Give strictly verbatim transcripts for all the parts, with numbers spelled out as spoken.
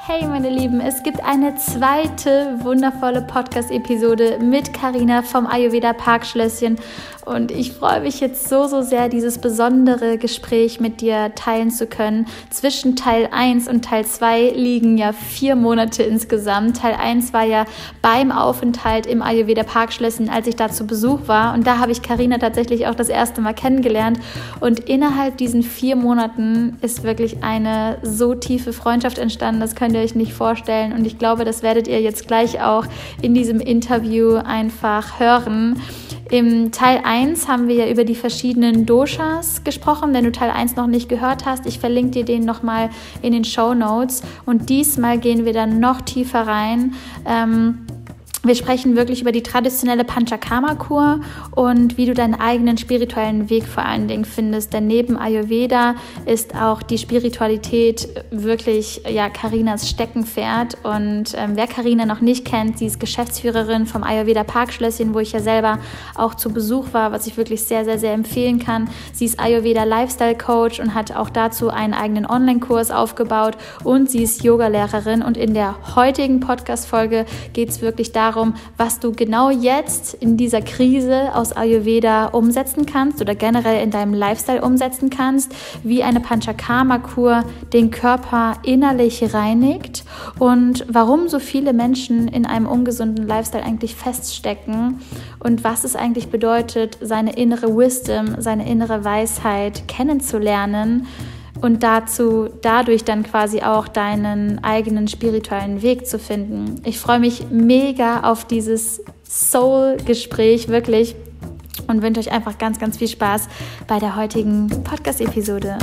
Hey meine Lieben, es gibt eine zweite wundervolle Podcast-Episode mit Carina vom Ayurveda Parkschlösschen und ich freue mich jetzt so, so sehr, dieses besondere Gespräch mit dir teilen zu können. Zwischen Teil eins und Teil zwei liegen ja vier Monate insgesamt. Teil eins war ja beim Aufenthalt im Ayurveda Parkschlösschen, als ich da zu Besuch war, und da habe ich Carina tatsächlich auch das erste Mal kennengelernt und innerhalb diesen vier Monaten ist wirklich eine so tiefe Freundschaft entstanden, das könnt ihr euch nicht vorstellen, und ich glaube, das werdet ihr jetzt gleich auch in diesem Interview einfach hören. Im Teil eins haben wir ja über die verschiedenen Doshas gesprochen. Wenn du Teil eins noch nicht gehört hast, ich verlinke dir den nochmal in den Shownotes, und diesmal gehen wir dann noch tiefer rein. Ähm, Wir sprechen wirklich über die traditionelle Panchakarma-Kur und wie du deinen eigenen spirituellen Weg vor allen Dingen findest. Denn neben Ayurveda ist auch die Spiritualität wirklich ja Carinas Steckenpferd. Und ähm, wer Carina noch nicht kennt, sie ist Geschäftsführerin vom Ayurveda Parkschlösschen, wo ich ja selber auch zu Besuch war, was ich wirklich sehr, sehr, sehr empfehlen kann. Sie ist Ayurveda Lifestyle Coach und hat auch dazu einen eigenen Online-Kurs aufgebaut, und sie ist Yogalehrerin. Und in der heutigen Podcast-Folge geht es wirklich darum, was du genau jetzt in dieser Krise aus Ayurveda umsetzen kannst oder generell in deinem Lifestyle umsetzen kannst, wie eine Panchakarma-Kur den Körper innerlich reinigt und warum so viele Menschen in einem ungesunden Lifestyle eigentlich feststecken und was es eigentlich bedeutet, seine innere Wisdom, seine innere Weisheit kennenzulernen und dazu dadurch dann quasi auch deinen eigenen spirituellen Weg zu finden. Ich freue mich mega auf dieses Soul-Gespräch, wirklich, und wünsche euch einfach ganz, ganz viel Spaß bei der heutigen Podcast-Episode.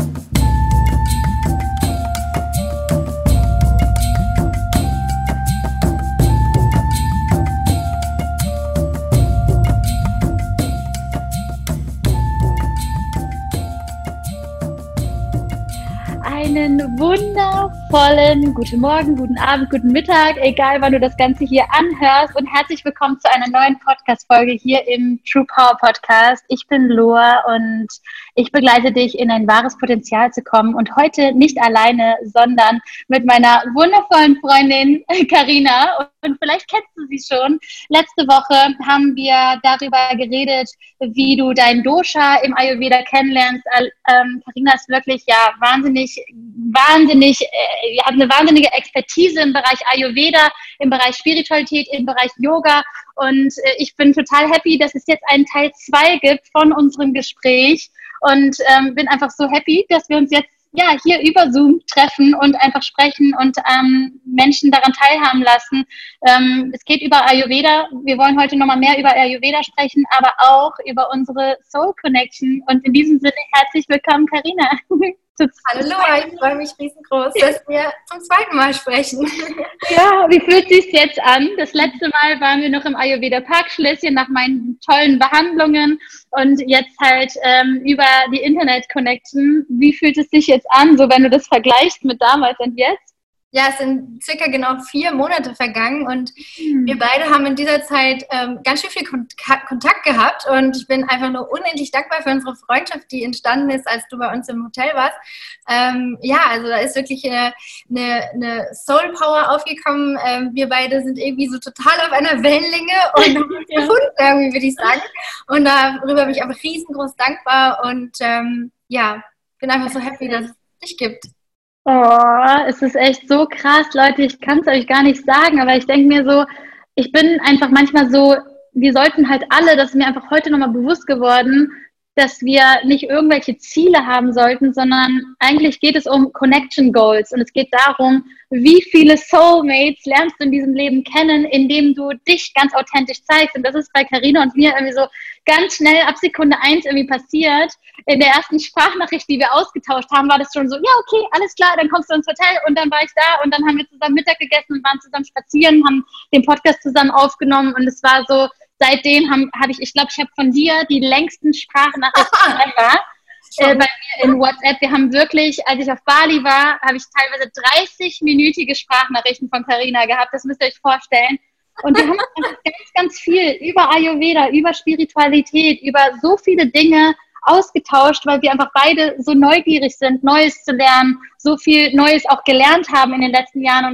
Einen wundervollen guten Morgen, guten Abend, guten Mittag, egal wann du das Ganze hier anhörst, und herzlich willkommen zu einer neuen Podcast-Folge hier im True Power Podcast. Ich bin Loa und ich begleite dich, in ein wahres Potenzial zu kommen, und heute nicht alleine, sondern mit meiner wundervollen Freundin Carina, und vielleicht kennst du sie schon. Letzte Woche haben wir darüber geredet, wie du dein Dosha im Ayurveda kennenlernst. Ähm, Carina ist wirklich ja wahnsinnig wahnsinnig, äh, hat eine wahnsinnige Expertise im Bereich Ayurveda, im Bereich Spiritualität, im Bereich Yoga, und äh, ich bin total happy, dass es jetzt einen Teil zwei gibt von unserem Gespräch, und ähm, bin einfach so happy, dass wir uns jetzt ja hier über Zoom treffen und einfach sprechen und ähm, Menschen daran teilhaben lassen. Ähm, es geht über Ayurveda. Wir wollen heute nochmal mehr über Ayurveda sprechen, aber auch über unsere Soul Connection, und in diesem Sinne herzlich willkommen, Carina. Hallo Loa, ich freue mich riesengroß, dass wir zum zweiten Mal sprechen. Ja, wie fühlt es sich jetzt an? Das letzte Mal waren wir noch im Ayurveda Parkschlösschen nach meinen tollen Behandlungen, und jetzt halt ähm, über die Internet-Connection. Wie fühlt es sich jetzt an, so wenn du das vergleichst mit damals und jetzt? Ja, es sind circa genau vier Monate vergangen, und hm. wir beide haben in dieser Zeit ähm, ganz schön viel Kontakt, Kontakt gehabt, und ich bin einfach nur unendlich dankbar für unsere Freundschaft, die entstanden ist, als du bei uns im Hotel warst. Ähm, ja, also da ist wirklich eine, eine, eine Soul Power aufgekommen. Ähm, wir beide sind irgendwie so total auf einer Wellenlänge und haben uns gefunden, irgendwie, würde ich sagen. Und darüber bin ich aber riesengroß dankbar, und ähm, ja, bin einfach so happy, dass es dich gibt. Oh, es ist echt so krass, Leute, ich kann es euch gar nicht sagen, aber ich denke mir so, ich bin einfach manchmal so, wir sollten halt alle, das ist mir einfach heute nochmal bewusst geworden, dass wir nicht irgendwelche Ziele haben sollten, sondern eigentlich geht es um Connection Goals, und es geht darum, wie viele Soulmates lernst du in diesem Leben kennen, indem du dich ganz authentisch zeigst, und das ist bei Carina und mir irgendwie so ganz schnell ab Sekunde eins irgendwie passiert. In der ersten Sprachnachricht, die wir ausgetauscht haben, war das schon so, ja, okay, alles klar, dann kommst du ins Hotel, und dann war ich da, und dann haben wir zusammen Mittag gegessen und waren zusammen spazieren, haben den Podcast zusammen aufgenommen, und es war so, seitdem habe hab ich, ich glaube, ich habe von dir die längsten Sprachnachrichten ever äh, bei mir in WhatsApp. Wir haben wirklich, als ich auf Bali war, habe ich teilweise dreißig-minütige Sprachnachrichten von Carina gehabt. Das müsst ihr euch vorstellen. Und wir haben ganz, ganz viel über Ayurveda, über Spiritualität, über so viele Dinge ausgetauscht, weil wir einfach beide so neugierig sind, Neues zu lernen, so viel Neues auch gelernt haben in den letzten Jahren. Und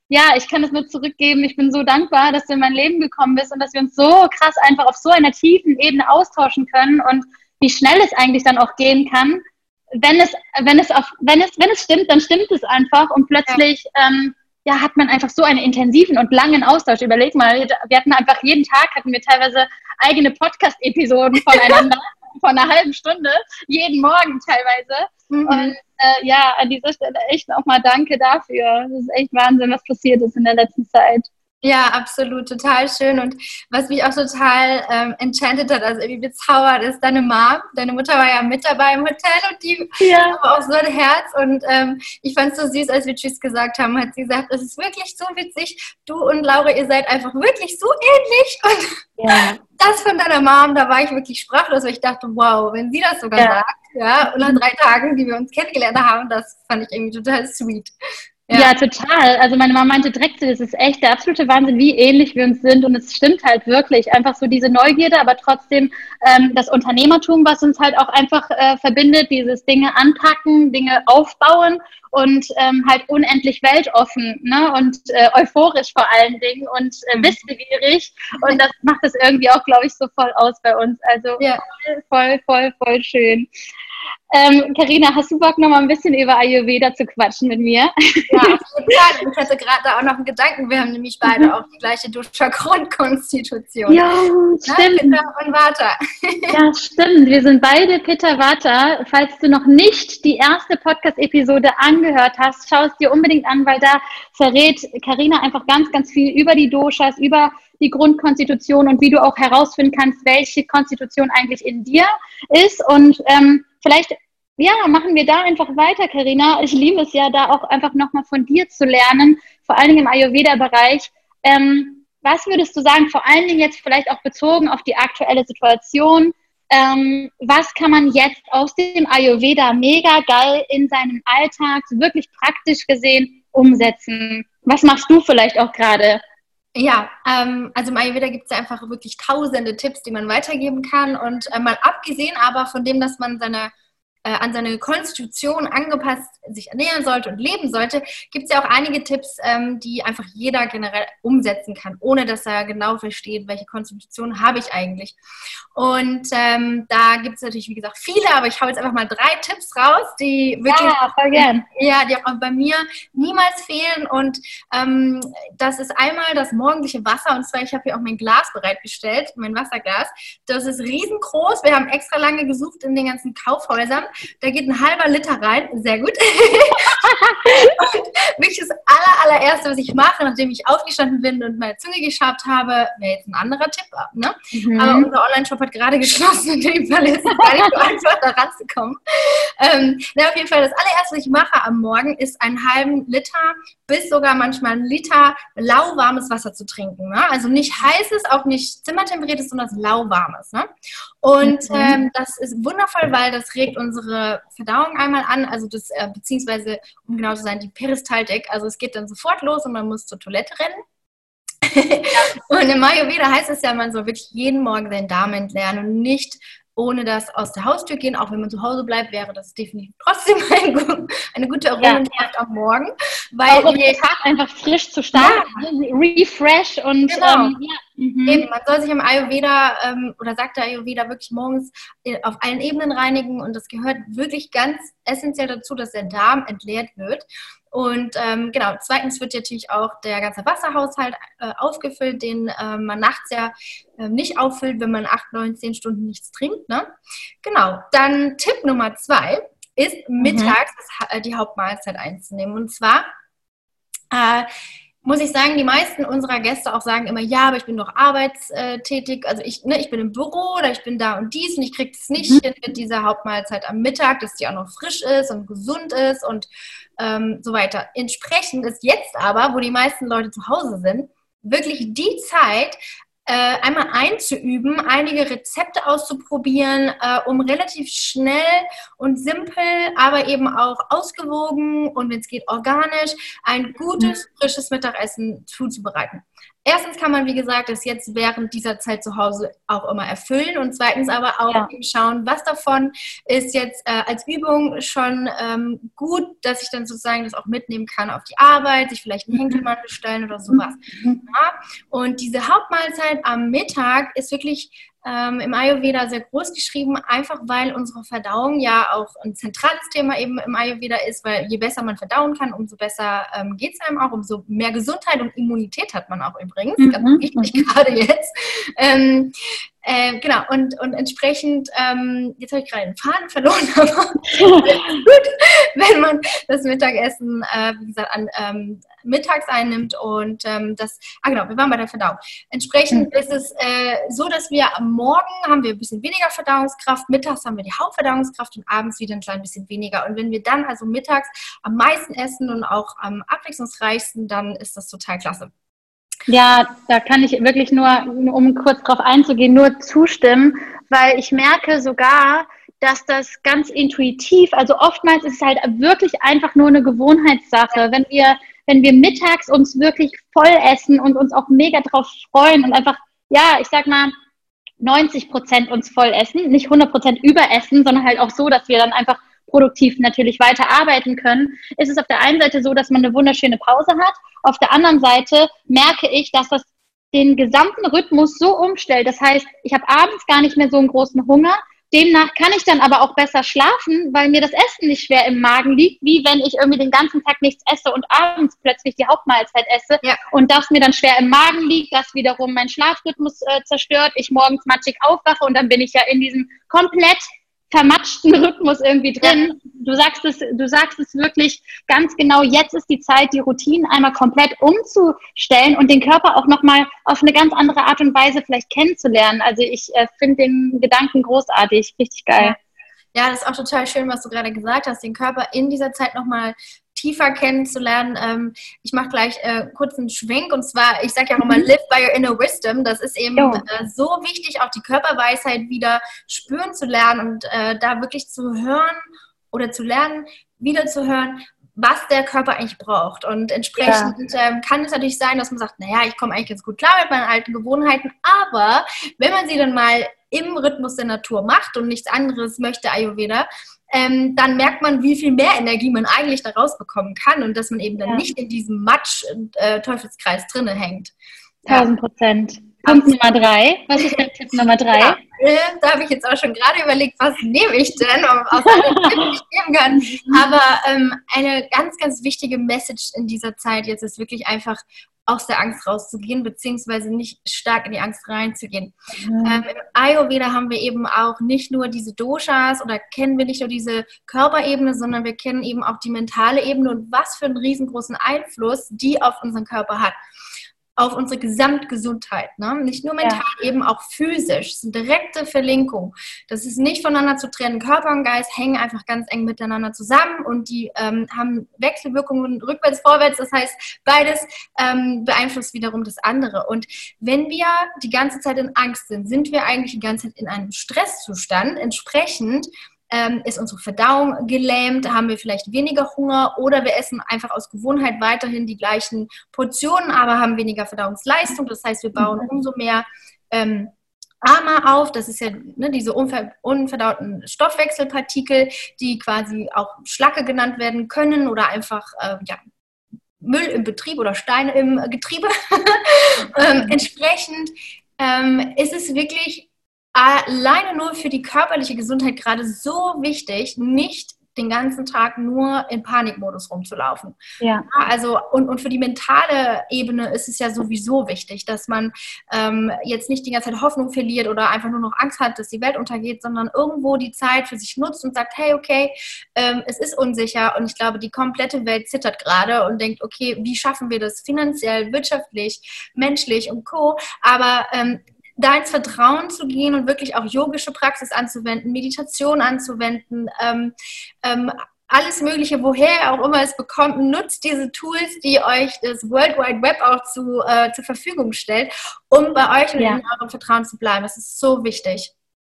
ja, ich kann es nur zurückgeben. Ich bin so dankbar, dass du in mein Leben gekommen bist und dass wir uns so krass einfach auf so einer tiefen Ebene austauschen können und wie schnell es eigentlich dann auch gehen kann. Wenn es, wenn es auf, wenn es, wenn es stimmt, dann stimmt es einfach und plötzlich, ja. Ähm, ja, hat man einfach so einen intensiven und langen Austausch. Überleg mal, wir hatten einfach jeden Tag, hatten wir teilweise eigene Podcast-Episoden voneinander, von einer halben Stunde, jeden Morgen teilweise. Mhm. Und äh, ja, an dieser Stelle echt nochmal danke dafür. Das ist echt Wahnsinn, was passiert ist in der letzten Zeit. Ja, absolut, total schön. Und was mich auch total ähm, enchanted hat, also irgendwie bezaubert, ist deine Mom. Deine Mutter war ja mit dabei im Hotel und die ja. hat auch so ein Herz. Und ähm, ich fand es so süß, als wir Tschüss gesagt haben, hat sie gesagt, es ist wirklich so witzig. Du und Laura, ihr seid einfach wirklich so ähnlich. Und ja. das von deiner Mom, da war ich wirklich sprachlos, weil ich dachte, wow, wenn sie das sogar ja. sagt, ja, und nach drei Tagen, die wir uns kennengelernt haben, das fand ich irgendwie total sweet. Ja. ja, total. Also meine Mama meinte direkt, das ist echt der absolute Wahnsinn, wie ähnlich wir uns sind und es stimmt halt wirklich. Einfach so diese Neugierde, aber trotzdem ähm, das Unternehmertum, was uns halt auch einfach äh, verbindet, dieses Dinge anpacken, Dinge aufbauen und ähm, halt unendlich weltoffen, ne? Und äh, euphorisch vor allen Dingen und äh, wissbegierig und das macht es irgendwie auch, glaube ich, so voll aus bei uns. Also ja. voll, voll, voll, voll schön. Ähm, Carina, hast du Bock, noch mal ein bisschen über Ayurveda zu quatschen mit mir? Ja, auf jeden Fall. Ich hatte gerade auch noch einen Gedanken. Wir haben nämlich beide mhm. auch die gleiche Dosha-Grundkonstitution. Ja, stimmt. Pitta und Vata. Ja, stimmt. Wir sind beide Pitta Vata. Falls du noch nicht die erste Podcast-Episode angehört hast, schau es dir unbedingt an, weil da verrät Carina einfach ganz, ganz viel über die Doshas, über die Grundkonstitution und wie du auch herausfinden kannst, welche Konstitution eigentlich in dir ist. Und ähm, vielleicht, ja, machen wir da einfach weiter, Carina. Ich liebe es ja, da auch einfach nochmal von dir zu lernen, vor allen Dingen im Ayurveda-Bereich. Ähm, was würdest du sagen, vor allen Dingen jetzt vielleicht auch bezogen auf die aktuelle Situation, ähm, was kann man jetzt aus dem Ayurveda mega geil in seinem Alltag, so wirklich praktisch gesehen, umsetzen? Was machst du vielleicht auch gerade? Ja, ähm, also im Ayurveda gibt es ja einfach wirklich tausende Tipps, die man weitergeben kann und äh, mal abgesehen aber von dem, dass man seine äh, an seine Konstitution angepasst sich ernähren sollte und leben sollte, gibt es ja auch einige Tipps, ähm, die einfach jeder generell umsetzen kann, ohne dass er genau versteht, welche Konstitution habe ich eigentlich. Und ähm, da gibt es natürlich, wie gesagt, viele, aber ich hau jetzt einfach mal drei Tipps raus, die wirklich, ja, voll gern. Ja, die auch bei mir niemals fehlen. Und ähm, das ist einmal das morgendliche Wasser. Und zwar, ich habe hier auch mein Glas bereitgestellt, mein Wasserglas. Das ist riesengroß. Wir haben extra lange gesucht in den ganzen Kaufhäusern. Da geht ein halber Liter rein. Sehr gut. Und wirklich das aller, allererste, was ich mache, nachdem ich aufgestanden bin und meine Zunge geschabt habe, wäre jetzt ein anderer Tipp. Ne? Mhm. Aber unser Online-Shop hat gerade geschlossen. In dem Fall ist es gar nicht so einfach, da ranzukommen. Ähm, na, auf jeden Fall, das allererste, was ich mache am Morgen, ist einen halben Liter bis sogar manchmal einen Liter lauwarmes Wasser zu trinken. Ne? Also nicht heißes, auch nicht zimmertemperiertes, sondern das lauwarmes. Ne? Und mhm. ähm, das ist wundervoll, weil das regt unsere Verdauung einmal an, also das, äh, beziehungsweise, um genau zu sein, die Peristaltik. Also es geht dann sofort los und man muss zur Toilette rennen. Und im Ayurveda heißt es ja, man soll wirklich jeden Morgen seinen Darm entleeren und nicht ohne das aus der Haustür gehen. Auch wenn man zu Hause bleibt, wäre das definitiv trotzdem ein, eine gute Errungenschaft ja, ja. am Morgen. Weil um den Tag einfach frisch zu starten, ja. refresh und genau. ähm, ja. Mhm. Eben, man soll sich im Ayurveda ähm, oder sagt der Ayurveda wirklich morgens auf allen Ebenen reinigen und das gehört wirklich ganz essentiell dazu, dass der Darm entleert wird. Und ähm, genau, zweitens wird natürlich auch der ganze Wasserhaushalt äh, aufgefüllt, den äh, man nachts ja äh, nicht auffüllt, wenn man acht, neun, zehn Stunden nichts trinkt. Ne? Genau, dann Tipp Nummer zwei ist, mhm. mittags das, die Hauptmahlzeit einzunehmen. Und zwar äh, muss ich sagen, die meisten unserer Gäste auch sagen immer, ja, aber ich bin doch arbeitstätig, also ich, ne, ich bin im Büro oder ich bin da und dies und ich kriege es nicht hin mit dieser Hauptmahlzeit am Mittag, dass die auch noch frisch ist und gesund ist und ähm, so weiter. Entsprechend ist jetzt aber, wo die meisten Leute zu Hause sind, wirklich die Zeit, äh, einmal einzuüben, einige Rezepte auszuprobieren, äh, um relativ schnell und simpel, aber eben auch ausgewogen und wenn es geht organisch, ein gutes, frisches Mittagessen zuzubereiten. erstens kann man, wie gesagt, das jetzt während dieser Zeit zu Hause auch immer erfüllen und zweitens aber auch Ja. eben schauen, was davon ist jetzt äh, als Übung schon ähm, gut, dass ich dann sozusagen das auch mitnehmen kann auf die Arbeit, sich vielleicht einen Henkelmann bestellen oder sowas. Mhm. Ja? Und diese Hauptmahlzeit am Mittag ist wirklich ähm, im Ayurveda sehr groß geschrieben, einfach weil unsere Verdauung ja auch ein zentrales Thema eben im Ayurveda ist, weil je besser man verdauen kann, umso besser ähm, geht es einem auch, umso mehr Gesundheit und Immunität hat man auch übrigens, Mhm. ganz wichtig Mhm. gerade jetzt. Ähm, äh, genau, und, und entsprechend, ähm, jetzt habe ich gerade den Faden verloren, aber gut, wenn man das Mittagessen, äh, wie gesagt, an ähm, mittags einnimmt und ähm, das, ah genau, wir waren bei der Verdauung. Entsprechend Mhm. ist es äh, so, dass wir am Morgen haben wir ein bisschen weniger Verdauungskraft, mittags haben wir die Hauptverdauungskraft und abends wieder ein klein bisschen weniger. Und wenn wir dann also mittags am meisten essen und auch am abwechslungsreichsten, dann ist das total klasse. Ja, da kann ich wirklich nur, um kurz drauf einzugehen, nur zustimmen, weil ich merke sogar, dass das ganz intuitiv, also oftmals ist es halt wirklich einfach nur eine Gewohnheitssache. Wenn wir, wenn wir mittags uns wirklich voll essen und uns auch mega drauf freuen und einfach, ja, ich sag mal, neunzig Prozent uns voll essen, nicht hundert Prozent überessen, sondern halt auch so, dass wir dann einfach produktiv natürlich weiter arbeiten können, ist es auf der einen Seite so, dass man eine wunderschöne Pause hat. Auf der anderen Seite merke ich, dass das den gesamten Rhythmus so umstellt. Das heißt, ich habe abends gar nicht mehr so einen großen Hunger. Demnach kann ich dann aber auch besser schlafen, weil mir das Essen nicht schwer im Magen liegt, wie wenn ich irgendwie den ganzen Tag nichts esse und abends plötzlich die Hauptmahlzeit esse Ja. und das mir dann schwer im Magen liegt, das wiederum meinen Schlafrhythmus äh, zerstört, ich morgens matschig aufwache und dann bin ich ja in diesem komplett vermatschten Rhythmus irgendwie drin. Ja. Du sagst es, du sagst es wirklich ganz genau. Jetzt ist die Zeit, die Routinen einmal komplett umzustellen und den Körper auch nochmal auf eine ganz andere Art und Weise vielleicht kennenzulernen. Also ich äh, finde den Gedanken großartig, richtig geil. Ja. Ja, das ist auch total schön, was du gerade gesagt hast, den Körper in dieser Zeit nochmal tiefer kennenzulernen. Ähm, ich mache gleich äh, kurz einen Schwenk und zwar, ich sage ja auch immer, live by your inner wisdom. Das ist eben äh, so wichtig, auch die Körperweisheit wieder spüren zu lernen und äh, da wirklich zu hören oder zu lernen, wieder zu hören, was der Körper eigentlich braucht. Und entsprechend ja. ähm, kann es natürlich sein, dass man sagt, naja, ich komme eigentlich ganz gut klar mit meinen alten Gewohnheiten, aber wenn man sie dann mal im Rhythmus der Natur macht und nichts anderes möchte Ayurveda, ähm, dann merkt man, wie viel mehr Energie man eigentlich da rausbekommen kann und dass man eben dann ja. nicht in diesem Matsch-Teufelskreis äh, drinne hängt. Tausend Prozent. Punkt Nummer drei. Was ist der Tipp Nummer drei? Ja, äh, da habe ich jetzt auch schon gerade überlegt, was nehme ich denn, um aus allen Tipps, die ich geben kann. Aber ähm, eine ganz, ganz wichtige Message in dieser Zeit jetzt ist wirklich einfach, aus der Angst rauszugehen, beziehungsweise nicht stark in die Angst reinzugehen. Mhm. Ähm, Im Ayurveda haben wir eben auch nicht nur diese Doshas oder kennen wir nicht nur diese Körperebene, sondern wir kennen eben auch die mentale Ebene und was für einen riesengroßen Einfluss die auf unseren Körper hat. Auf unsere Gesamtgesundheit, ne? Nicht nur mental, ja. eben auch physisch. Das ist eine direkte Verlinkung. Das ist nicht voneinander zu trennen. Körper und Geist hängen einfach ganz eng miteinander zusammen und die ähm, haben Wechselwirkungen rückwärts, vorwärts. Das heißt, beides ähm, beeinflusst wiederum das andere. Und wenn wir die ganze Zeit in Angst sind, sind wir eigentlich die ganze Zeit in einem Stresszustand. Entsprechend Ähm, ist unsere Verdauung gelähmt, haben wir vielleicht weniger Hunger oder wir essen einfach aus Gewohnheit weiterhin die gleichen Portionen, aber haben weniger Verdauungsleistung. Das heißt, wir bauen umso mehr ähm, Ama auf. Das ist ja ne, diese unver unverdauten Stoffwechselpartikel, die quasi auch Schlacke genannt werden können oder einfach äh, ja, Müll im Betrieb oder Steine im Getriebe. ähm, entsprechend ähm, ist es wirklich alleine nur für die körperliche Gesundheit gerade so wichtig, nicht den ganzen Tag nur in Panikmodus rumzulaufen. Ja. Also und, und für die mentale Ebene ist es ja sowieso wichtig, dass man ähm, jetzt nicht die ganze Zeit Hoffnung verliert oder einfach nur noch Angst hat, dass die Welt untergeht, sondern irgendwo die Zeit für sich nutzt und sagt, hey, okay, ähm, es ist unsicher und ich glaube, die komplette Welt zittert gerade und denkt, okay, wie schaffen wir das finanziell, wirtschaftlich, menschlich und Co. Aber ähm, da ins Vertrauen zu gehen und wirklich auch yogische Praxis anzuwenden, Meditation anzuwenden, ähm, ähm, alles Mögliche, woher auch immer es bekommt, nutzt diese Tools, die euch das World Wide Web auch zu, äh, zur Verfügung stellt, um bei euch und ja. in eurem Vertrauen zu bleiben. Das ist so wichtig.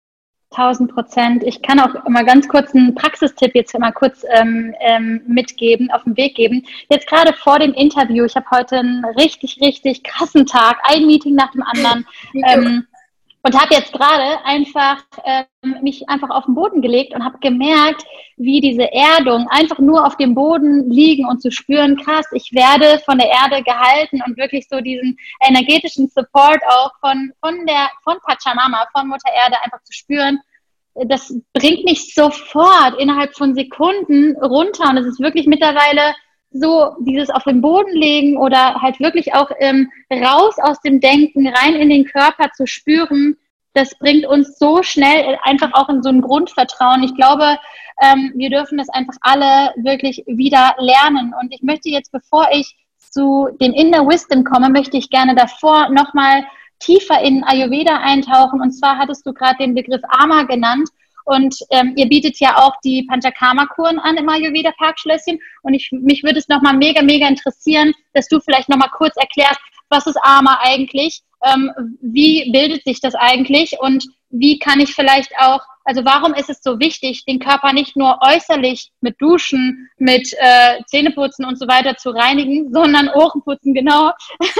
Tausend Prozent. Ich kann auch immer ganz kurz einen Praxistipp jetzt mal kurz ähm, ähm, mitgeben, auf den Weg geben. Jetzt gerade vor dem Interview, ich habe heute einen richtig, richtig krassen Tag, ein Meeting nach dem anderen ähm, und habe jetzt gerade einfach ähm, mich einfach auf den Boden gelegt und habe gemerkt, wie diese Erdung, einfach nur auf dem Boden liegen und zu spüren, krass, ich werde von der Erde gehalten und wirklich so diesen energetischen Support auch von, von der, von Pachamama, von Mutter Erde einfach zu spüren. Das bringt mich sofort innerhalb von Sekunden runter und es ist wirklich mittlerweile so dieses auf den Boden legen oder halt wirklich auch ähm, raus aus dem Denken, rein in den Körper zu spüren, das bringt uns so schnell einfach auch in so ein Grundvertrauen. Ich glaube, ähm, wir dürfen das einfach alle wirklich wieder lernen. Und ich möchte jetzt, bevor ich zu dem Inner Wisdom komme, möchte ich gerne davor nochmal tiefer in Ayurveda eintauchen. Und zwar hattest du gerade den Begriff Ama genannt. Und ähm, ihr bietet ja auch die Panchakarma-Kuren an im Ayurveda Parkschlösschen. Und ich, mich würde es nochmal mega, mega interessieren, dass du vielleicht nochmal kurz erklärst, was ist Ama eigentlich? Ähm, wie bildet sich das eigentlich? Und wie kann ich vielleicht auch, also warum ist es so wichtig, den Körper nicht nur äußerlich mit Duschen, mit äh, Zähneputzen und so weiter zu reinigen, sondern Ohrenputzen, genau,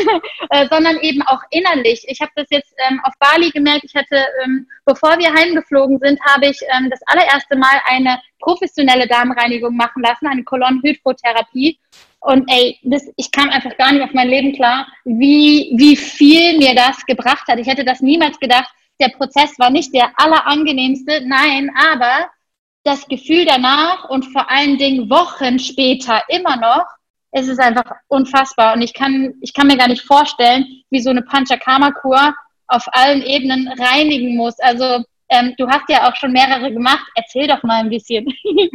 äh, sondern eben auch innerlich. Ich habe das jetzt ähm, auf Bali gemerkt, ich hatte, ähm, bevor wir heimgeflogen sind, habe ich ähm, das allererste Mal eine professionelle Darmreinigung machen lassen, eine Kolonenhydrotherapie. Und ey, das, ich kam einfach gar nicht auf mein Leben klar, wie, wie viel mir das gebracht hat. Ich hätte das niemals gedacht. Der Prozess war nicht der allerangenehmste, nein, aber das Gefühl danach und vor allen Dingen Wochen später immer noch, es ist einfach unfassbar. Und ich kann, ich kann mir gar nicht vorstellen, wie so eine Panchakarma-Kur auf allen Ebenen reinigen muss. Also ähm, du hast ja auch schon mehrere gemacht. Erzähl doch mal ein bisschen.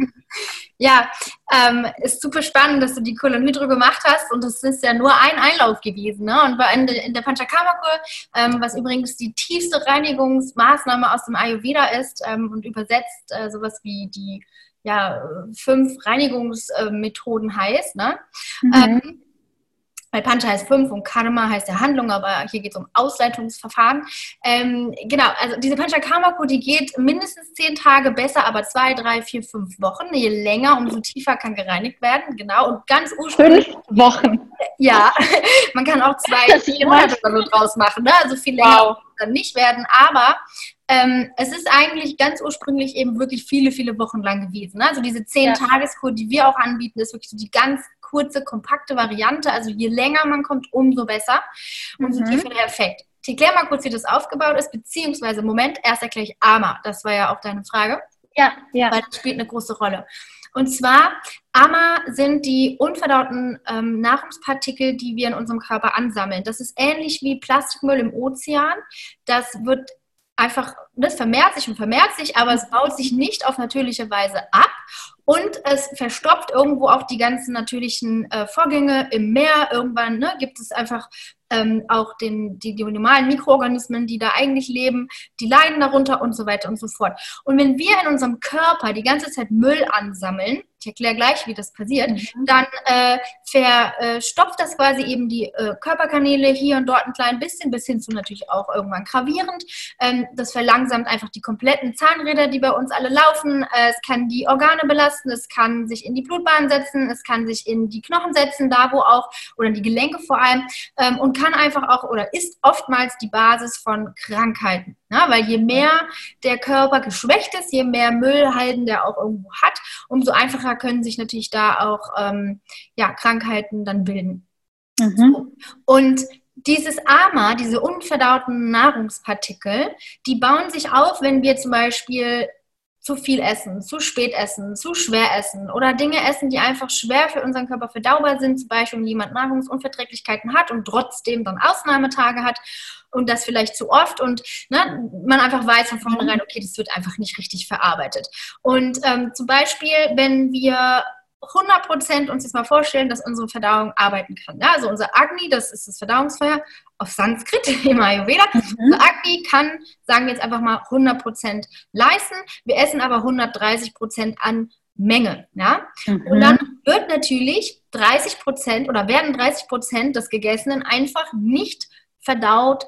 Ja, ähm, ist super spannend, dass du die Kolonhydro gemacht hast und das ist ja nur ein Einlauf gewesen. Ne? Und bei in der, in der Panchakarma-Kur, ähm, was übrigens die tiefste Reinigungsmaßnahme aus dem Ayurveda ist ähm, und übersetzt äh, sowas wie die ja, fünf Reinigungsmethoden heißt. Ne? Mhm. Ähm, Weil Pancha heißt fünf und Karma heißt der Handlung, aber hier geht es um Ausleitungsverfahren. Ähm, genau, also diese Panchakarma-Kur, die geht mindestens zehn Tage besser, aber zwei, drei, vier, fünf Wochen. Je länger, umso tiefer kann gereinigt werden. Genau, und ganz ursprünglich... Fünf Wochen? Ja, man kann auch zwei Monate oder so draus machen. Ne? Also viel länger wow. dann nicht werden, aber... Ähm, es ist eigentlich ganz ursprünglich eben wirklich viele, viele Wochen lang gewesen. Ne? Also diese zehn-Tages-Kur, die wir auch anbieten, ist wirklich so die ganz kurze, kompakte Variante. Also je länger man kommt, umso besser. Umso mhm. tiefer der Effekt. Ich erkläre mal kurz, wie das aufgebaut ist, beziehungsweise, Moment, erst erkläre ich Ama. Das war ja auch deine Frage. Ja, ja. Weil das spielt eine große Rolle. Und zwar, Ama sind die unverdauten ähm, Nahrungspartikel, die wir in unserem Körper ansammeln. Das ist ähnlich wie Plastikmüll im Ozean. Das wird einfach, das vermehrt sich und vermehrt sich, aber es baut sich nicht auf natürliche Weise ab und es verstopft irgendwo auch die ganzen natürlichen äh, Vorgänge im Meer. Irgendwann ne, gibt es einfach ähm, auch den, die, die normalen Mikroorganismen, die da eigentlich leben, die leiden darunter und so weiter und so fort. Und wenn wir in unserem Körper die ganze Zeit Müll ansammeln, ich erkläre gleich, wie das passiert, mhm. dann äh, verstopft das quasi eben die äh, Körperkanäle hier und dort ein klein bisschen, bis hin zu natürlich auch irgendwann gravierend. Ähm, das verlangsamt einfach die kompletten Zahnräder, die bei uns alle laufen. Äh, es kann die Organe belasten, es kann sich in die Blutbahn setzen, es kann sich in die Knochen setzen, da wo auch, oder die Gelenke vor allem, ähm, und kann einfach auch, oder ist oftmals die Basis von Krankheiten. Ja, weil je mehr der Körper geschwächt ist, je mehr Müllhalden der auch irgendwo hat, umso einfacher können sich natürlich da auch ähm, ja, Krankheiten dann bilden. Mhm. Und dieses Ama, diese unverdauten Nahrungspartikel, die bauen sich auf, wenn wir zum Beispiel zu viel essen, zu spät essen, zu schwer essen oder Dinge essen, die einfach schwer für unseren Körper verdaubar sind, zum Beispiel wenn jemand Nahrungsunverträglichkeiten hat und trotzdem dann Ausnahmetage hat und das vielleicht zu oft und ne, man einfach weiß von vornherein, okay, das wird einfach nicht richtig verarbeitet. Und ähm, zum Beispiel, wenn wir hundert Prozent uns jetzt mal vorstellen, dass unsere Verdauung arbeiten kann. Ja, also unser Agni, das ist das Verdauungsfeuer auf Sanskrit im Ayurveda. Mhm. Unser Agni kann, sagen wir jetzt einfach mal, hundert Prozent leisten. Wir essen aber hundertdreißig Prozent an Menge. Ja? Mhm. Und dann wird natürlich dreißig Prozent oder werden dreißig Prozent des Gegessenen einfach nicht verdaut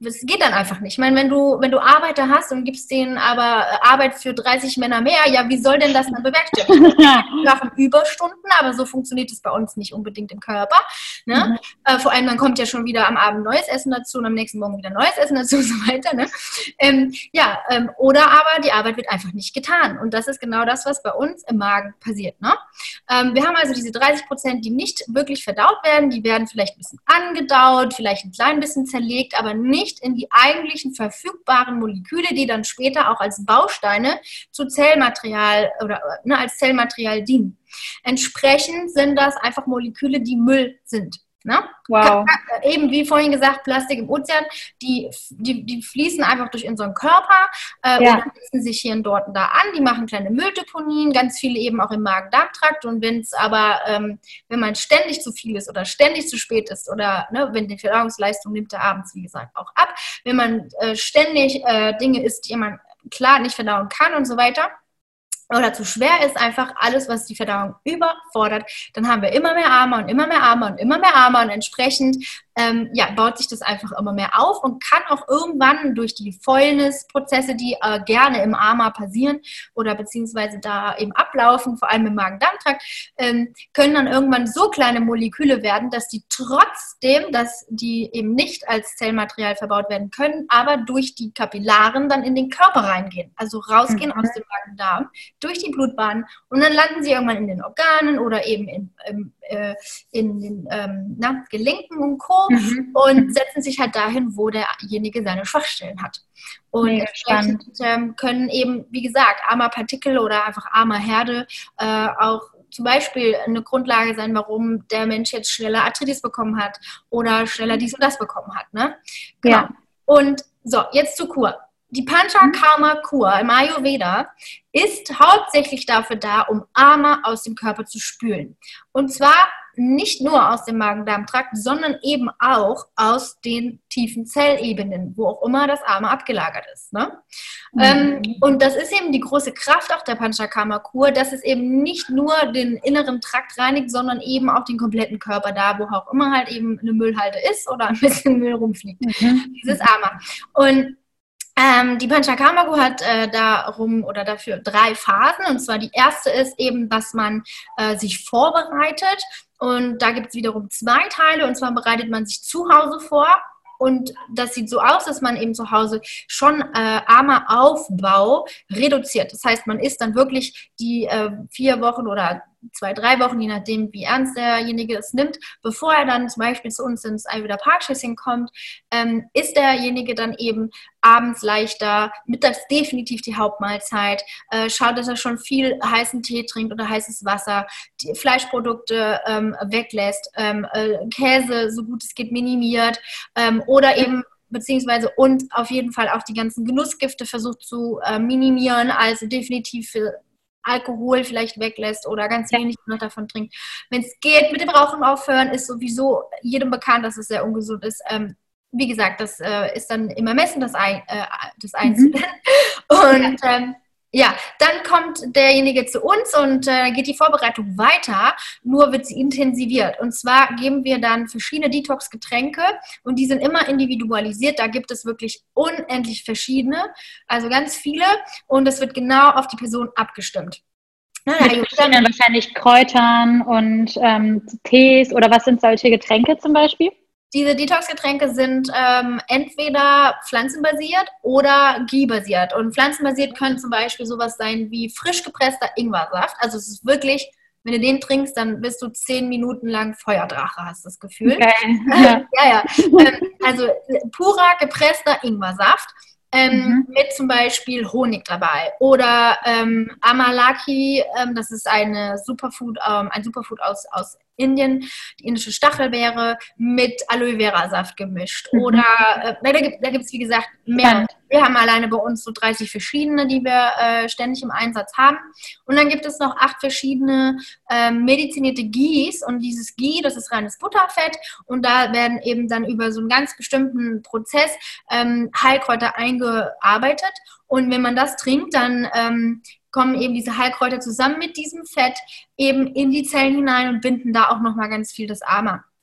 das geht dann einfach nicht. Ich meine, wenn du, wenn du Arbeiter hast und gibst denen aber Arbeit für dreißig Männer mehr, ja, wie soll denn das dann bewerkstelligt werden? Wir machen Überstunden, aber so funktioniert es bei uns nicht unbedingt im Körper. Ne? Mhm. Äh, vor allem, dann kommt ja schon wieder am Abend neues Essen dazu und am nächsten Morgen wieder neues Essen dazu und so weiter. Ne? Ähm, ja, ähm, oder aber die Arbeit wird einfach nicht getan. Und das ist genau das, was bei uns im Magen passiert. Ne? Ähm, wir haben also diese dreißig Prozent, die nicht wirklich verdaut werden. Die werden vielleicht ein bisschen angedaut, vielleicht ein klein bisschen zerlegt, aber nicht in die eigentlichen verfügbaren Moleküle, die dann später auch als Bausteine zu Zellmaterial oder ne, als Zellmaterial dienen. Entsprechend sind das einfach Moleküle, die Müll sind. Ne? Wow. Eben wie vorhin gesagt, Plastik im Ozean, die, die, die fließen einfach durch unseren Körper äh, ja. oder setzen sich hier und dort und da an, die machen kleine Mülldeponien, ganz viele eben auch im Magen-Darm-Trakt, und wenn es aber, ähm, wenn man ständig zu viel ist oder ständig zu spät ist oder ne, wenn die Verdauungsleistung nimmt der abends, wie gesagt, auch ab, wenn man äh, ständig äh, Dinge isst, die man klar nicht verdauen kann und so weiter, oder zu schwer ist, einfach alles, was die Verdauung überfordert, dann haben wir immer mehr Arme und immer mehr Arme und immer mehr Arme und entsprechend ähm, ja, baut sich das einfach immer mehr auf und kann auch irgendwann durch die Fäulnisprozesse, die äh, gerne im Ama passieren oder beziehungsweise da eben ablaufen, vor allem im Magen-Darm-Trakt, ähm, können dann irgendwann so kleine Moleküle werden, dass die trotzdem, dass die eben nicht als Zellmaterial verbaut werden können, aber durch die Kapillaren dann in den Körper reingehen, also rausgehen mhm. aus dem Magen-Darm, durch die Blutbahn, und dann landen sie irgendwann in den Organen oder eben in, in, äh, in den ähm, na, Gelenken und Co. Mhm. und setzen sich halt dahin, wo derjenige seine Schwachstellen hat. Und nee, entsprechend ähm, können eben, wie gesagt, armer Partikel oder einfach armer Herde äh, auch zum Beispiel eine Grundlage sein, warum der Mensch jetzt schneller Arthritis bekommen hat oder schneller dies und das bekommen hat. Ne? Genau. Ja. Und so, jetzt zur Kur. Die Panchakarma-Kur im Ayurveda ist hauptsächlich dafür da, um Ama aus dem Körper zu spülen. Und zwar nicht nur aus dem Magen-Darm-Trakt, sondern eben auch aus den tiefen Zellebenen, wo auch immer das Ama abgelagert ist. Ne? Mhm. Ähm, und das ist eben die große Kraft auch der Panchakarma-Kur, dass es eben nicht nur den inneren Trakt reinigt, sondern eben auch den kompletten Körper, da wo auch immer halt eben eine Müllhalde ist oder ein bisschen Müll rumfliegt. Mhm. Dieses Ama. Und Ähm, die Panchakarma-Kur hat äh, darum oder dafür drei Phasen, und zwar die erste ist eben, dass man äh, sich vorbereitet, und da gibt es wiederum zwei Teile, und zwar bereitet man sich zu Hause vor, und das sieht so aus, dass man eben zu Hause schon äh, Ama-Aufbau reduziert. Das heißt, man isst dann wirklich die äh, vier Wochen oder zwei, drei Wochen, je nachdem, wie ernst derjenige es nimmt, bevor er dann zum Beispiel zu uns ins Ayurveda Parkschlösschen kommt, ähm, ist derjenige dann eben abends leichter, mittags definitiv die Hauptmahlzeit, äh, schaut, dass er schon viel heißen Tee trinkt oder heißes Wasser, die Fleischprodukte ähm, weglässt, ähm, äh, Käse, so gut es geht, minimiert, ähm, oder eben beziehungsweise und auf jeden Fall auch die ganzen Genussgifte versucht zu äh, minimieren, also definitiv für Alkohol vielleicht weglässt oder ganz wenig noch davon trinkt. Wenn es geht, mit dem Rauchen aufhören, ist sowieso jedem bekannt, dass es sehr ungesund ist. Ähm, wie gesagt, das äh, ist dann im Ermessen des, Ein äh, des Einzelnen. Mhm. Und ähm, ja, dann kommt derjenige zu uns und äh, geht die Vorbereitung weiter, nur wird sie intensiviert. Und zwar geben wir dann verschiedene Detox-Getränke, und die sind immer individualisiert. Da gibt es wirklich unendlich verschiedene, also ganz viele, und es wird genau auf die Person abgestimmt. Mit verschiedenen wahrscheinlich Kräutern und ähm, Tees, oder was sind solche Getränke zum Beispiel? Diese Detox-Getränke sind ähm, entweder pflanzenbasiert oder Ghee-basiert. Und pflanzenbasiert können zum Beispiel sowas sein wie frisch gepresster Ingwersaft. Also es ist wirklich, wenn du den trinkst, dann bist du zehn Minuten lang Feuerdrache, hast du das Gefühl. Okay. ja, ja. Ähm, also purer gepresster Ingwersaft. Ähm, mhm. Mit zum Beispiel Honig dabei. Oder ähm, Amalaki, ähm, das ist eine Superfood, ähm, ein Superfood aus, aus Indien, die indische Stachelbeere mit Aloe Vera Saft gemischt. Mhm. Oder äh, da gibt da es, wie gesagt, mehr. Spannend. Wir haben alleine bei uns so dreißig verschiedene, die wir äh, ständig im Einsatz haben. Und dann gibt es noch acht verschiedene äh, medizinierte Ghees. Und dieses Ghee, das ist reines Butterfett. Und da werden eben dann über so einen ganz bestimmten Prozess ähm, Heilkräuter eingearbeitet. Und wenn man das trinkt, dann ähm, kommen eben diese Heilkräuter zusammen mit diesem Fett eben in die Zellen hinein und binden da auch nochmal ganz viel das Ama.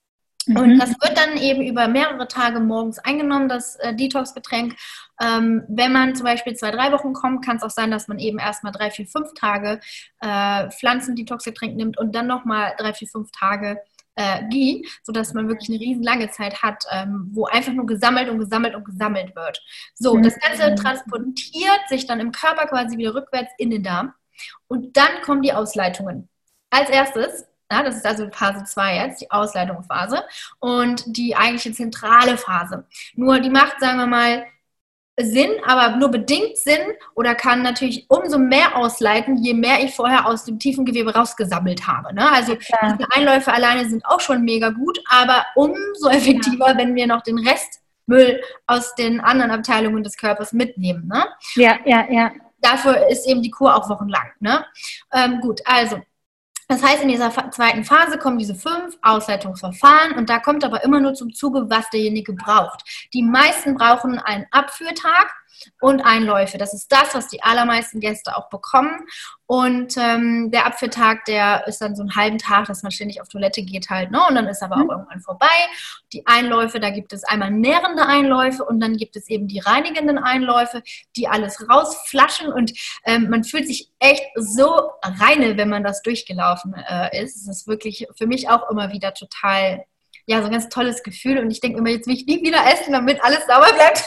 Und das wird dann eben über mehrere Tage morgens eingenommen, das äh, Detox-Getränk. Ähm, wenn man zum Beispiel zwei, drei Wochen kommt, kann es auch sein, dass man eben erstmal drei, vier, fünf Tage äh, Pflanzen-Detox-Getränk nimmt und dann nochmal drei, vier, fünf Tage äh, Ghee, sodass man wirklich eine riesen lange Zeit hat, ähm, wo einfach nur gesammelt und gesammelt und gesammelt wird. So, das Ganze transportiert sich dann im Körper quasi wieder rückwärts in den Darm und dann kommen die Ausleitungen. Als erstes, ja, das ist also Phase zwei jetzt, die Ausleitungsphase und die eigentliche zentrale Phase. Nur die macht, sagen wir mal, Sinn, aber nur bedingt Sinn oder kann natürlich umso mehr ausleiten, je mehr ich vorher aus dem tiefen Gewebe rausgesammelt habe. Ne? Also ja. Die Einläufe alleine sind auch schon mega gut, aber umso effektiver, ja. wenn wir noch den Restmüll aus den anderen Abteilungen des Körpers mitnehmen. Ne? Ja, ja, ja. Dafür ist eben die Kur auch wochenlang. Ne? Ähm, gut, also das heißt, in dieser zweiten Phase kommen diese fünf Ausleitungsverfahren und da kommt aber immer nur zum Zuge, was derjenige braucht. Die meisten brauchen einen Abführtag und Einläufe. Das ist das, was die allermeisten Gäste auch bekommen. Und ähm, der Abführtag, der ist dann so einen halben Tag, dass man ständig auf Toilette geht halt, ne? Und dann ist aber auch irgendwann vorbei. Die Einläufe, da gibt es einmal nährende Einläufe und dann gibt es eben die reinigenden Einläufe, die alles rausflaschen und ähm, man fühlt sich echt so reine, wenn man das durchgelaufen äh, ist. Es ist wirklich für mich auch immer wieder total, ja, so ein ganz tolles Gefühl und ich denke immer, jetzt will ich nie wieder essen, damit alles sauber bleibt.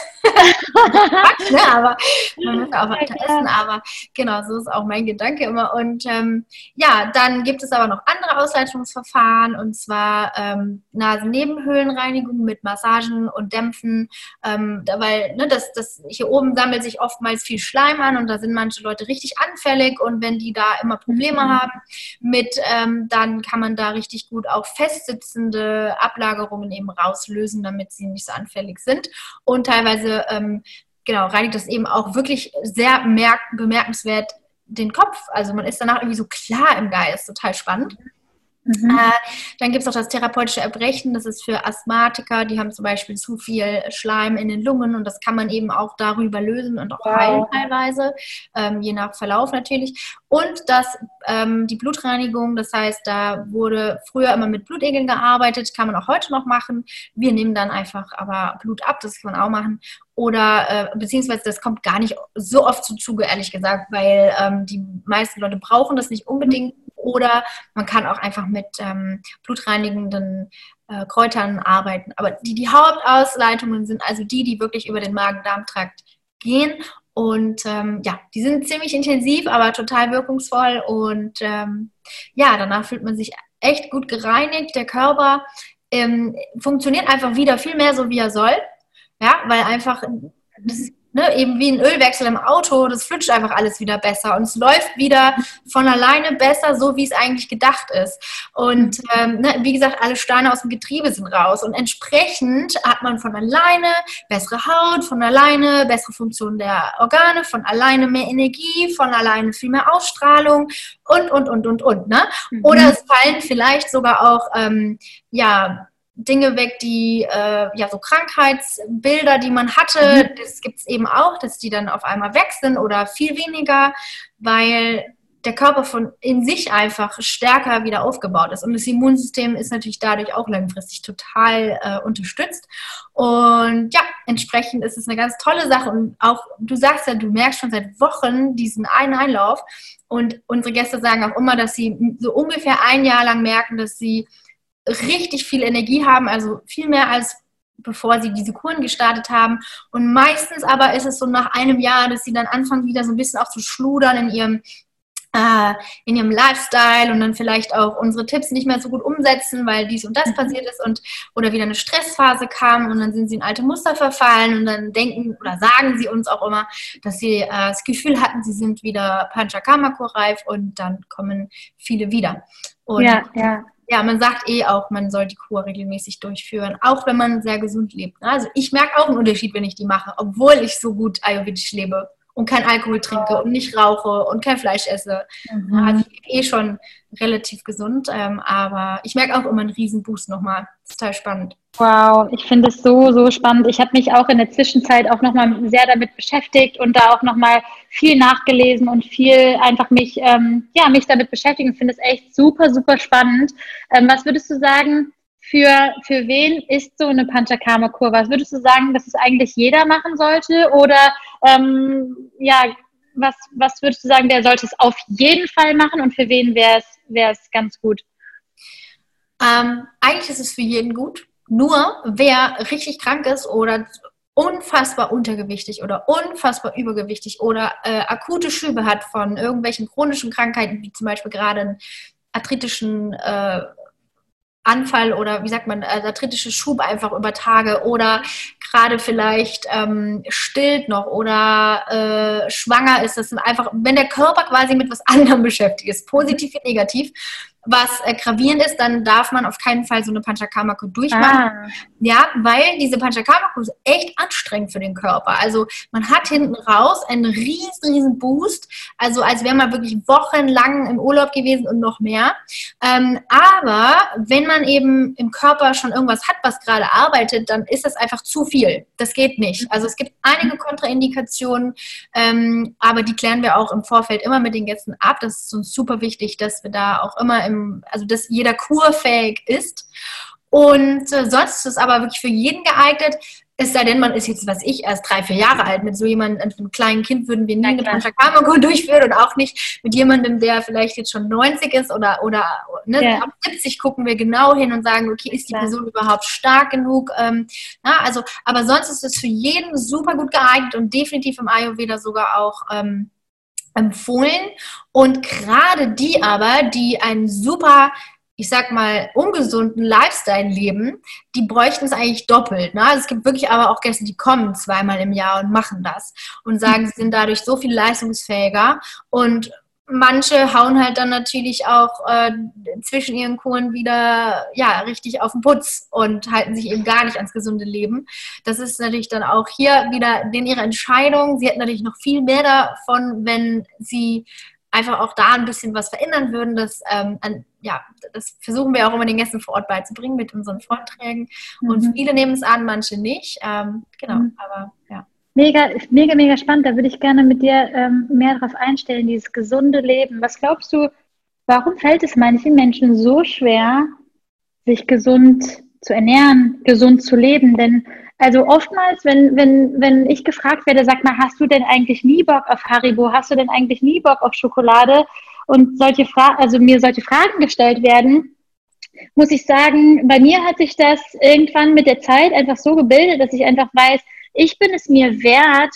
Quatsch, ne? Aber man muss auch weiter essen, aber genau, so ist auch mein Gedanke immer. Und ähm, ja, dann gibt es aber noch andere Ausleitungsverfahren und zwar ähm, Nasennebenhöhlenreinigung mit Massagen und Dämpfen, ähm, weil ne, das, das hier oben sammelt sich oftmals viel Schleim an und da sind manche Leute richtig anfällig und wenn die da immer Probleme mhm. haben mit, ähm, dann kann man da richtig gut auch festsitzende Ablagerungen eben rauslösen, damit sie nicht so anfällig sind. Und teilweise, ähm, genau, reinigt das eben auch wirklich sehr merk- bemerkenswert den Kopf. Also man ist danach irgendwie so klar im Geist, total spannend. Mhm. Äh, dann gibt es auch das therapeutische Erbrechen, das ist für Asthmatiker, die haben zum Beispiel zu viel Schleim in den Lungen und das kann man eben auch darüber lösen und auch wow. heilen teilweise, ähm, je nach Verlauf natürlich. Und das, ähm, die Blutreinigung, das heißt, da wurde früher immer mit Blutegeln gearbeitet, kann man auch heute noch machen. Wir nehmen dann einfach aber Blut ab, das kann man auch machen. Oder äh, beziehungsweise das kommt gar nicht so oft zu Zuge, ehrlich gesagt, weil ähm, die meisten Leute brauchen das nicht unbedingt. Oder man kann auch einfach mit ähm, blutreinigenden äh, Kräutern arbeiten. Aber die, die Hauptausleitungen sind also die, die wirklich über den Magen-Darm-Trakt gehen. Und ähm, ja, die sind ziemlich intensiv, aber total wirkungsvoll. Und ähm, ja, danach fühlt man sich echt gut gereinigt. Der Körper ähm, funktioniert einfach wieder viel mehr so, wie er soll. Ja, weil einfach, das ist ne, eben wie ein Ölwechsel im Auto, das flutscht einfach alles wieder besser und es läuft wieder von alleine besser, so wie es eigentlich gedacht ist. Und ähm, ne, wie gesagt, alle Steine aus dem Getriebe sind raus und entsprechend hat man von alleine bessere Haut, von alleine bessere Funktion der Organe, von alleine mehr Energie, von alleine viel mehr Ausstrahlung und, und, und, und, und. Ne? Mhm. Oder es fallen vielleicht sogar auch, ähm, ja, Dinge weg, die, äh, ja, so Krankheitsbilder, die man hatte, mhm. das gibt es eben auch, dass die dann auf einmal weg sind oder viel weniger, weil der Körper von in sich einfach stärker wieder aufgebaut ist. Und das Immunsystem ist natürlich dadurch auch langfristig total äh, unterstützt. Und ja, entsprechend ist es eine ganz tolle Sache. Und auch, du sagst ja, du merkst schon seit Wochen diesen einen Einlauf. Und unsere Gäste sagen auch immer, dass sie so ungefähr ein Jahr lang merken, dass sie richtig viel Energie haben, also viel mehr als bevor sie diese Kuren gestartet haben. Und meistens aber ist es so nach einem Jahr, dass sie dann anfangen, wieder so ein bisschen auch zu schludern in ihrem, äh, in ihrem Lifestyle und dann vielleicht auch unsere Tipps nicht mehr so gut umsetzen, weil dies und das passiert ist und oder wieder eine Stressphase kam und dann sind sie in alte Muster verfallen und dann denken oder sagen sie uns auch immer, dass sie äh, das Gefühl hatten, sie sind wieder Panchakarma-reif und dann kommen viele wieder. Und ja, ja. Ja, man sagt eh auch, man soll die Kur regelmäßig durchführen, auch wenn man sehr gesund lebt. Also ich merke auch einen Unterschied, wenn ich die mache, obwohl ich so gut ayurvedisch lebe und kein Alkohol trinke und nicht rauche und kein Fleisch esse. Mhm. Also ich bin eh schon relativ gesund, ähm, aber ich merke auch immer einen riesen Boost nochmal. Das ist total spannend. Wow, ich finde es so, so spannend. Ich habe mich auch in der Zwischenzeit auch nochmal sehr damit beschäftigt und da auch nochmal viel nachgelesen und viel einfach mich, ähm, ja, mich damit beschäftigen. Ich finde es echt super, super spannend. Ähm, was würdest du sagen, für, für wen ist so eine Panchakarma-Kur? Was würdest du sagen, dass es eigentlich jeder machen sollte? Oder ähm, ja, was, was würdest du sagen, der sollte es auf jeden Fall machen und für wen wäre es wäre es ganz gut? Ähm, eigentlich ist es für jeden gut. Nur wer richtig krank ist oder unfassbar untergewichtig oder unfassbar übergewichtig oder äh, akute Schübe hat von irgendwelchen chronischen Krankheiten, wie zum Beispiel gerade einen arthritischen äh, Anfall oder wie sagt man, also arthritische Schub einfach über Tage oder gerade vielleicht ähm, stillt noch oder äh, schwanger ist, das sind einfach, wenn der Körper quasi mit was anderem beschäftigt ist, positiv wie negativ, was äh, gravierend ist, dann darf man auf keinen Fall so eine Panchakarma-Kur durchmachen. Ah. Ja, weil diese Panchakarma-Kur ist echt anstrengend für den Körper. Also man hat hinten raus einen riesen, riesen Boost, also als wäre man wirklich wochenlang im Urlaub gewesen und noch mehr. Ähm, aber wenn man eben im Körper schon irgendwas hat, was gerade arbeitet, dann ist das einfach zu viel. Das geht nicht. Also es gibt einige Kontraindikationen, ähm, aber die klären wir auch im Vorfeld immer mit den Gästen ab. Das ist uns super wichtig, dass wir da auch immer im also dass jeder kurfähig ist. Und äh, sonst ist es aber wirklich für jeden geeignet, es sei denn, man ist jetzt, was ich, erst drei, vier Jahre alt. Mit so jemandem, mit einem kleinen Kind würden wir nie eine Panchakarma-Kur durchführen und auch nicht mit jemandem, der vielleicht jetzt schon neunzig ist oder, oder ne, ja. Ab siebzig gucken wir genau hin und sagen, okay, ist die Person überhaupt stark genug? Ähm, na, also, aber sonst ist es für jeden super gut geeignet und definitiv im Ayurveda sogar auch ähm, empfohlen. Und gerade die aber, die einen super, ich sag mal, ungesunden Lifestyle leben, die bräuchten es eigentlich doppelt. Ne? Also es gibt wirklich aber auch Gäste, die kommen zweimal im Jahr und machen das und sagen, sie sind dadurch so viel leistungsfähiger. Und manche hauen halt dann natürlich auch äh, zwischen ihren Kuren wieder ja richtig auf den Putz und halten sich eben gar nicht ans gesunde Leben. Das ist natürlich dann auch hier wieder denen ihre Entscheidung. Sie hätten natürlich noch viel mehr davon, wenn sie einfach auch da ein bisschen was verändern würden. Das, ähm, an, ja, das versuchen wir auch immer den Gästen vor Ort beizubringen mit unseren Vorträgen. Mhm. Und viele nehmen es an, manche nicht. Ähm, genau, mhm. aber ja. Mega, mega, mega spannend. Da würde ich gerne mit dir ähm, mehr darauf einstellen, dieses gesunde Leben. Was glaubst du, warum fällt es manchen Menschen so schwer, sich gesund zu ernähren, gesund zu leben? Denn also oftmals, wenn, wenn, wenn ich gefragt werde, sag mal, hast du denn eigentlich nie Bock auf Haribo? Hast du denn eigentlich nie Bock auf Schokolade? Und solche Fragen, also mir solche Fragen gestellt werden, muss ich sagen, bei mir hat sich das irgendwann mit der Zeit einfach so gebildet, dass ich einfach weiß, ich bin es mir wert,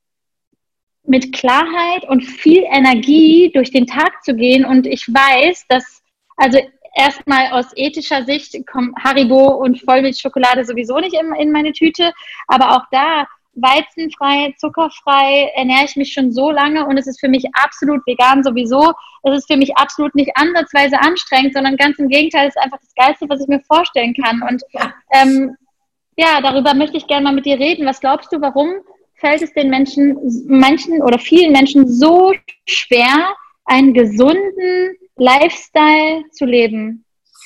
mit Klarheit und viel Energie durch den Tag zu gehen. Und ich weiß, dass, also erstmal aus ethischer Sicht kommt Haribo und Vollmilchschokolade sowieso nicht in, in meine Tüte. Aber auch da, weizenfrei, zuckerfrei, ernähre ich mich schon so lange und es ist für mich absolut vegan sowieso. Es ist für mich absolut nicht ansatzweise anstrengend, sondern ganz im Gegenteil, es ist einfach das Geilste, was ich mir vorstellen kann. Und ja. ähm, Ja, darüber möchte ich gerne mal mit dir reden. Was glaubst du, warum fällt es den Menschen, manchen oder vielen Menschen so schwer, einen gesunden Lifestyle zu leben?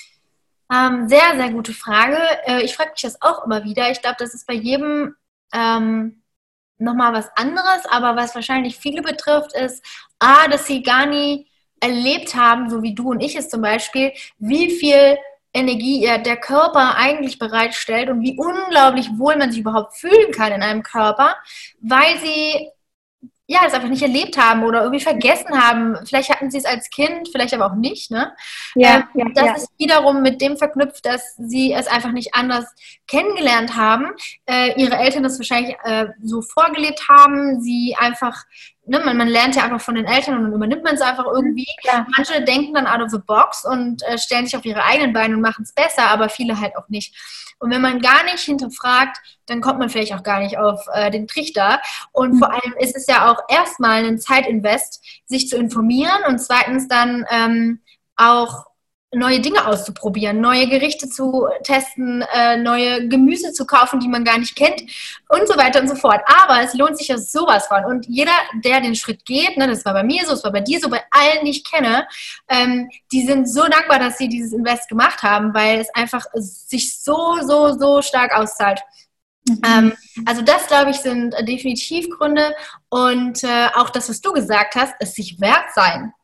Ähm, sehr, sehr gute Frage. Äh, ich frage mich das auch immer wieder. Ich glaube, das ist bei jedem ähm, nochmal was anderes, aber was wahrscheinlich viele betrifft, ist, A, dass sie gar nie erlebt haben, so wie du und ich es zum Beispiel, wie viel Energie ja, der Körper eigentlich bereitstellt und wie unglaublich wohl man sich überhaupt fühlen kann in einem Körper, weil sie ja, es einfach nicht erlebt haben oder irgendwie vergessen haben. Vielleicht hatten sie es als Kind, vielleicht aber auch nicht. Ne? Ja, ähm, ja, das ja. ist wiederum mit dem verknüpft, dass sie es einfach nicht anders kennengelernt haben. Äh, ihre Eltern das wahrscheinlich äh, so vorgelebt haben. Sie einfach, ne, man, man lernt ja einfach von den Eltern und dann übernimmt man es einfach irgendwie. Ja. Manche denken dann out of the box und äh, stellen sich auf ihre eigenen Beine und machen es besser, aber viele halt auch nicht. Und wenn man gar nicht hinterfragt, dann kommt man vielleicht auch gar nicht auf äh, den Trichter. Und mhm. vor allem ist es ja auch erstmal ein Zeitinvest, sich zu informieren und zweitens dann ähm, auch neue Dinge auszuprobieren, neue Gerichte zu testen, äh, neue Gemüse zu kaufen, die man gar nicht kennt und so weiter und so fort. Aber es lohnt sich ja sowas von. Und jeder, der den Schritt geht, ne, das war bei mir so, das war bei dir so, bei allen, die ich kenne, ähm, die sind so dankbar, dass sie dieses Invest gemacht haben, weil es einfach sich so, so, so stark auszahlt. Mhm. Ähm, also das, glaube ich, sind definitiv Gründe und äh, auch das, was du gesagt hast, es sich wert sein.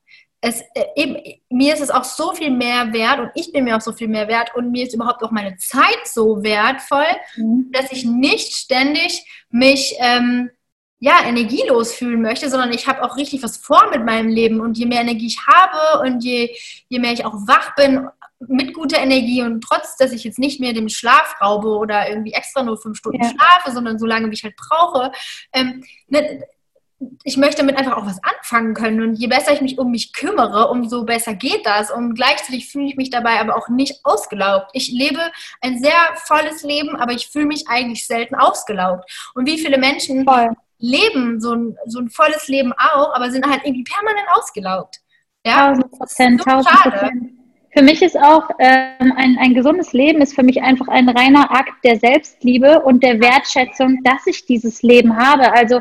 es äh, eben, mir ist es auch so viel mehr wert und ich bin mir auch so viel mehr wert und mir ist überhaupt auch meine Zeit so wertvoll, mhm. dass ich nicht ständig mich ähm, ja, energielos fühlen möchte, sondern ich habe auch richtig was vor mit meinem Leben und je mehr Energie ich habe und je, je mehr ich auch wach bin mit guter Energie und trotz, dass ich jetzt nicht mehr den Schlaf raube oder irgendwie extra nur fünf Stunden ja. schlafe, sondern so lange, wie ich halt brauche, ähm, ne, ich möchte damit einfach auch was anfangen können und je besser ich mich um mich kümmere, umso besser geht das und gleichzeitig fühle ich mich dabei aber auch nicht ausgelaugt. Ich lebe ein sehr volles Leben, aber ich fühle mich eigentlich selten ausgelaugt. Und wie viele Menschen Voll. leben so ein, so ein volles Leben auch, aber sind halt irgendwie permanent ausgelaugt. Ja? Tausend Prozent, tausend Prozent. Für mich ist auch ähm, ein, ein gesundes Leben ist für mich einfach ein reiner Akt der Selbstliebe und der Wertschätzung, dass ich dieses Leben habe. Also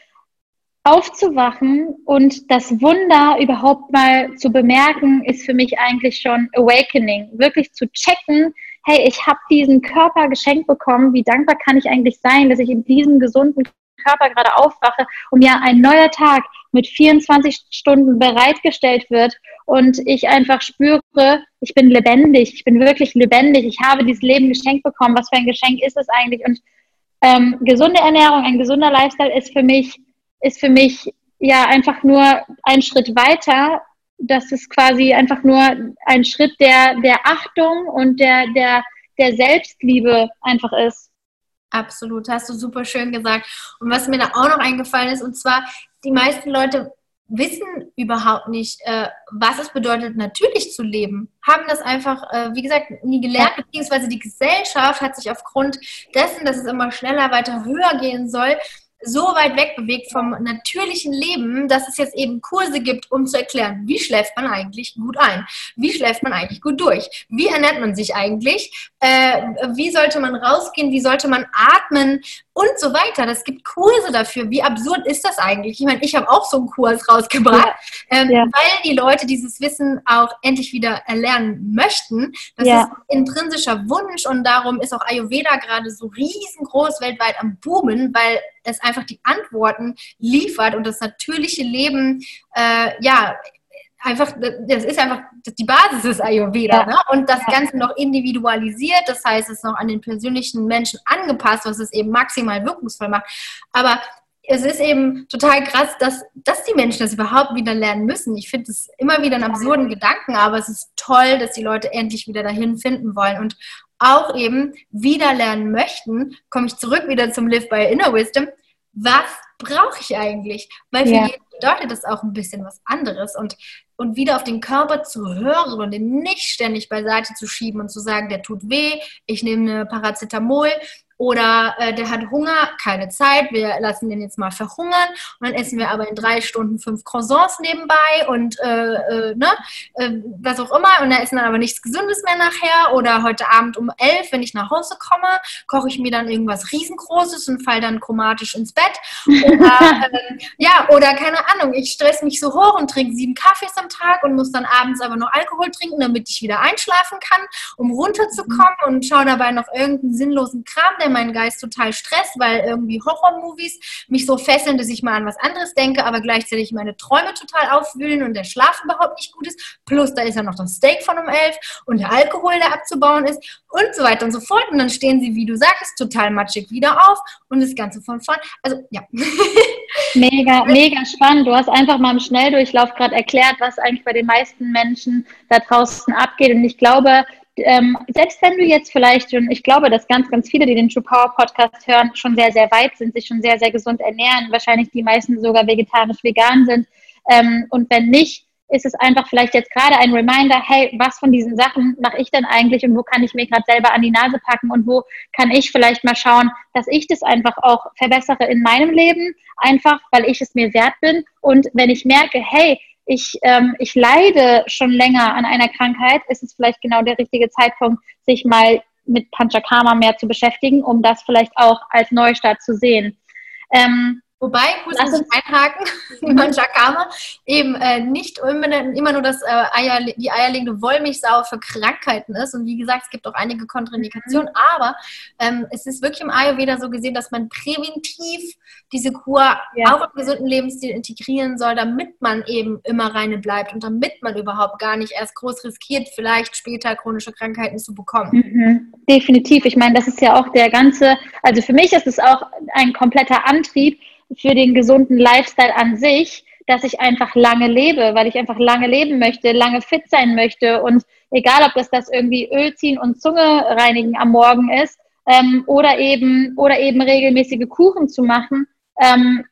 aufzuwachen und das Wunder überhaupt mal zu bemerken, ist für mich eigentlich schon Awakening. Wirklich zu checken, hey, ich habe diesen Körper geschenkt bekommen, wie dankbar kann ich eigentlich sein, dass ich in diesem gesunden Körper gerade aufwache und mir ein neuer Tag mit vierundzwanzig Stunden bereitgestellt wird und ich einfach spüre, ich bin lebendig, ich bin wirklich lebendig, ich habe dieses Leben geschenkt bekommen, was für ein Geschenk ist es eigentlich? Und ähm, gesunde Ernährung, ein gesunder Lifestyle ist für mich ist für mich ja einfach nur ein Schritt weiter. Das ist quasi einfach nur ein Schritt der, der Achtung und der, der, der Selbstliebe einfach ist. Absolut, hast du super schön gesagt. Und was mir da auch noch eingefallen ist, und zwar, die meisten Leute wissen überhaupt nicht, äh, was es bedeutet, natürlich zu leben. Haben das einfach, äh, wie gesagt, nie gelernt, ja. beziehungsweise die Gesellschaft hat sich aufgrund dessen, dass es immer schneller, weiter, höher gehen soll, so weit weg bewegt vom natürlichen Leben, dass es jetzt eben Kurse gibt, um zu erklären, wie schläft man eigentlich gut ein? Wie schläft man eigentlich gut durch? Wie ernährt man sich eigentlich? Äh, wie sollte man rausgehen? Wie sollte man atmen? Und so weiter. Das gibt Kurse dafür. Wie absurd ist das eigentlich? Ich meine, ich habe auch so einen Kurs rausgebracht, ja. Ähm, ja. weil die Leute dieses Wissen auch endlich wieder erlernen möchten. Das ja. ist ein intrinsischer Wunsch und darum ist auch Ayurveda gerade so riesengroß weltweit am Boomen, weil es einfach die Antworten liefert und das natürliche Leben, äh, ja, einfach, das ist einfach, die Basis ist Ayurveda, ja. ne? Und das ja. Ganze noch individualisiert, das heißt, es ist noch an den persönlichen Menschen angepasst, was es eben maximal wirkungsvoll macht. Aber es ist eben total krass, dass, dass die Menschen das überhaupt wieder lernen müssen. Ich finde es immer wieder einen absurden Gedanken, aber es ist toll, dass die Leute endlich wieder dahin finden wollen und auch eben wieder lernen möchten. Komme ich zurück wieder zum Live by Inner Wisdom. Was brauche ich eigentlich? Weil für ja. jeden bedeutet das auch ein bisschen was anderes und und wieder auf den Körper zu hören und den nicht ständig beiseite zu schieben und zu sagen, der tut weh, ich nehme eine Paracetamol oder äh, der hat Hunger, keine Zeit, wir lassen den jetzt mal verhungern und dann essen wir aber in drei Stunden fünf Croissants nebenbei und äh, äh, ne, äh, was auch immer und da essen dann aber nichts Gesundes mehr nachher oder heute Abend um elf, wenn ich nach Hause komme, koche ich mir dann irgendwas Riesengroßes und falle dann chromatisch ins Bett oder, äh, ja, oder keine Ahnung, ich stress mich so hoch und trinke sieben Kaffees am Tag und muss dann abends aber noch Alkohol trinken, damit ich wieder einschlafen kann, um runterzukommen und schaue dabei noch irgendeinen sinnlosen Kram, der meinen Geist total stresst, weil irgendwie Horrormovies mich so fesseln, dass ich mal an was anderes denke, aber gleichzeitig meine Träume total aufwühlen und der Schlaf überhaupt nicht gut ist. Plus, da ist ja noch das Steak von um elf und der Alkohol, der abzubauen ist und so weiter und so fort. Und dann stehen sie, wie du sagst, total matschig wieder auf und das Ganze von vorn. Also, ja. Mega, mega spannend. Du hast einfach mal im Schnelldurchlauf gerade erklärt, was eigentlich bei den meisten Menschen da draußen abgeht. Und ich glaube, ähm, selbst wenn du jetzt vielleicht schon, ich glaube, dass ganz, ganz viele, die den True Power Podcast hören, schon sehr, sehr weit sind, sich schon sehr, sehr gesund ernähren, wahrscheinlich die meisten sogar vegetarisch-vegan sind. Ähm, und wenn nicht, ist es einfach vielleicht jetzt gerade ein Reminder, hey, was von diesen Sachen mache ich denn eigentlich und wo kann ich mir gerade selber an die Nase packen und wo kann ich vielleicht mal schauen, dass ich das einfach auch verbessere in meinem Leben, einfach weil ich es mir wert bin. Und wenn ich merke, hey, ich, ähm, ich leide schon länger an einer Krankheit, ist es vielleicht genau der richtige Zeitpunkt, sich mal mit Panchakarma mehr zu beschäftigen, um das vielleicht auch als Neustart zu sehen. Ähm, Wobei, muss ich einhaken, Mancha Karma, eben äh, nicht immer, immer nur das, äh, Eier, die eierlegende Wollmilchsau für Krankheiten ist. Und wie gesagt, es gibt auch einige Kontraindikationen, mhm. aber ähm, es ist wirklich im Ayurveda so gesehen, dass man präventiv diese Kur ja. auch im gesunden Lebensstil integrieren soll, damit man eben immer reine bleibt und damit man überhaupt gar nicht erst groß riskiert, vielleicht später chronische Krankheiten zu bekommen. Mhm. Definitiv. Ich meine, das ist ja auch der ganze, also für mich ist es auch ein kompletter Antrieb, für den gesunden Lifestyle an sich, dass ich einfach lange lebe, weil ich einfach lange leben möchte, lange fit sein möchte und egal, ob das das irgendwie Öl ziehen und Zunge reinigen am Morgen ist ähm, oder eben oder eben regelmäßige Kuren zu machen. Ähm,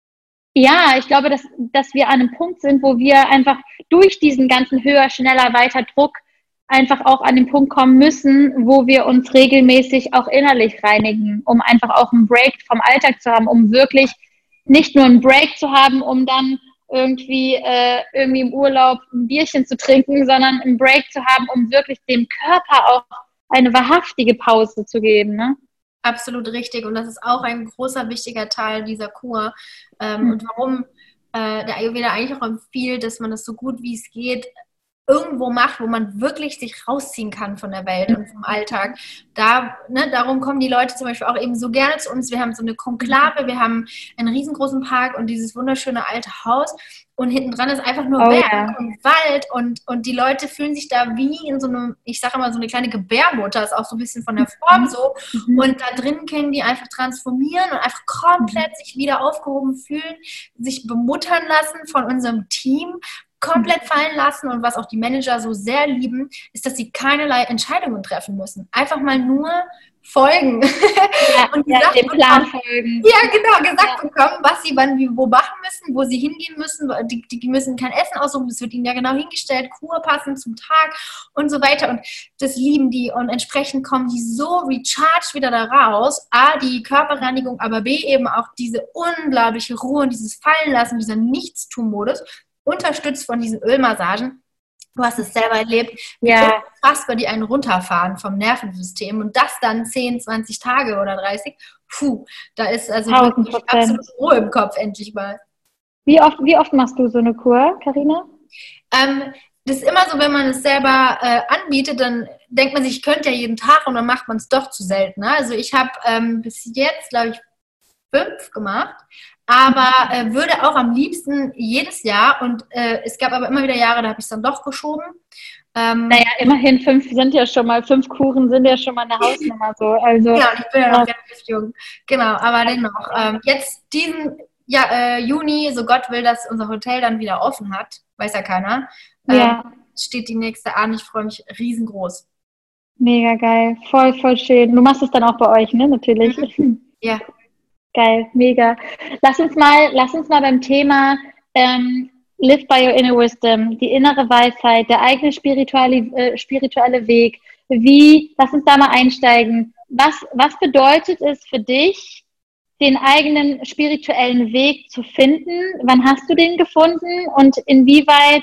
ja, ich glaube, dass, dass wir an einem Punkt sind, wo wir einfach durch diesen ganzen höher, schneller, weiter Druck einfach auch an den Punkt kommen müssen, wo wir uns regelmäßig auch innerlich reinigen, um einfach auch einen Break vom Alltag zu haben, um wirklich nicht nur einen Break zu haben, um dann irgendwie, äh, irgendwie im Urlaub ein Bierchen zu trinken, sondern einen Break zu haben, um wirklich dem Körper auch eine wahrhaftige Pause zu geben, ne? Absolut richtig. Und das ist auch ein großer, wichtiger Teil dieser Kur. Ähm, mhm. Und warum äh, der Ayurveda eigentlich auch empfiehlt, dass man das so gut wie es geht irgendwo macht, wo man wirklich sich rausziehen kann von der Welt und vom Alltag. Da, ne, darum kommen die Leute zum Beispiel auch eben so gerne zu uns. Wir haben so eine Konklave, wir haben einen riesengroßen Park und dieses wunderschöne alte Haus und hinten dran ist einfach nur oh, Berg ja. und Wald und, und die Leute fühlen sich da wie in so einem, ich sage immer so eine kleine Gebärmutter, ist auch so ein bisschen von der Form so mhm. und da drin können die einfach transformieren und einfach komplett mhm. sich wieder aufgehoben fühlen, sich bemuttern lassen von unserem Team, komplett fallen lassen und was auch die Manager so sehr lieben, ist, dass sie keinerlei Entscheidungen treffen müssen. Einfach mal nur folgen. Ja, und ja, dem Plan bekommen, folgen. Ja, genau, gesagt ja. bekommen, was sie wann wie wo machen müssen, wo sie hingehen müssen. Die, die müssen kein Essen aussuchen, es wird ihnen ja genau hingestellt, Kur passend zum Tag und so weiter. Und das lieben die und entsprechend kommen die so recharged wieder da raus. A, die Körperreinigung, aber B, eben auch diese unglaubliche Ruhe und dieses Fallenlassen, dieser Nichtstun-Modus, unterstützt von diesen Ölmassagen. Du hast es selber erlebt, wie ja. unfassbar die einen runterfahren vom Nervensystem und das dann zehn, zwanzig Tage oder dreißig. Puh, da ist also wirklich absolut Ruhe im Kopf endlich mal. Wie oft, wie oft machst du so eine Kur, Carina? Ähm, das ist immer so, wenn man es selber äh, anbietet, dann denkt man sich, ich könnte ja jeden Tag und dann macht man es doch zu selten. Ne? Also ich habe ähm, bis jetzt, glaube ich, fünf gemacht. Aber äh, würde auch am liebsten jedes Jahr und äh, es gab aber immer wieder Jahre, da habe ich es dann doch geschoben. Ähm, naja, immerhin fünf sind ja schon mal, fünf Kuchen sind ja schon mal eine Hausnummer so. Also, ja, und ich bin ja noch relativ jung. Genau, aber dennoch. Ähm, jetzt diesen ja, äh, Juni, so Gott will, dass unser Hotel dann wieder offen hat, weiß ja keiner, ähm, ja. steht die nächste an. Ich freue mich riesengroß. Mega geil, voll, voll schön. Du machst es dann auch bei euch, ne, natürlich. Mhm. Ja. Geil, mega. Lass uns mal, lass uns mal beim Thema ähm, Live by your inner wisdom, die innere Weisheit, der eigene spirituelle, äh, spirituelle Weg. Wie, lass uns da mal einsteigen. Was, was bedeutet es für dich, den eigenen spirituellen Weg zu finden? Wann hast du den gefunden? Und inwieweit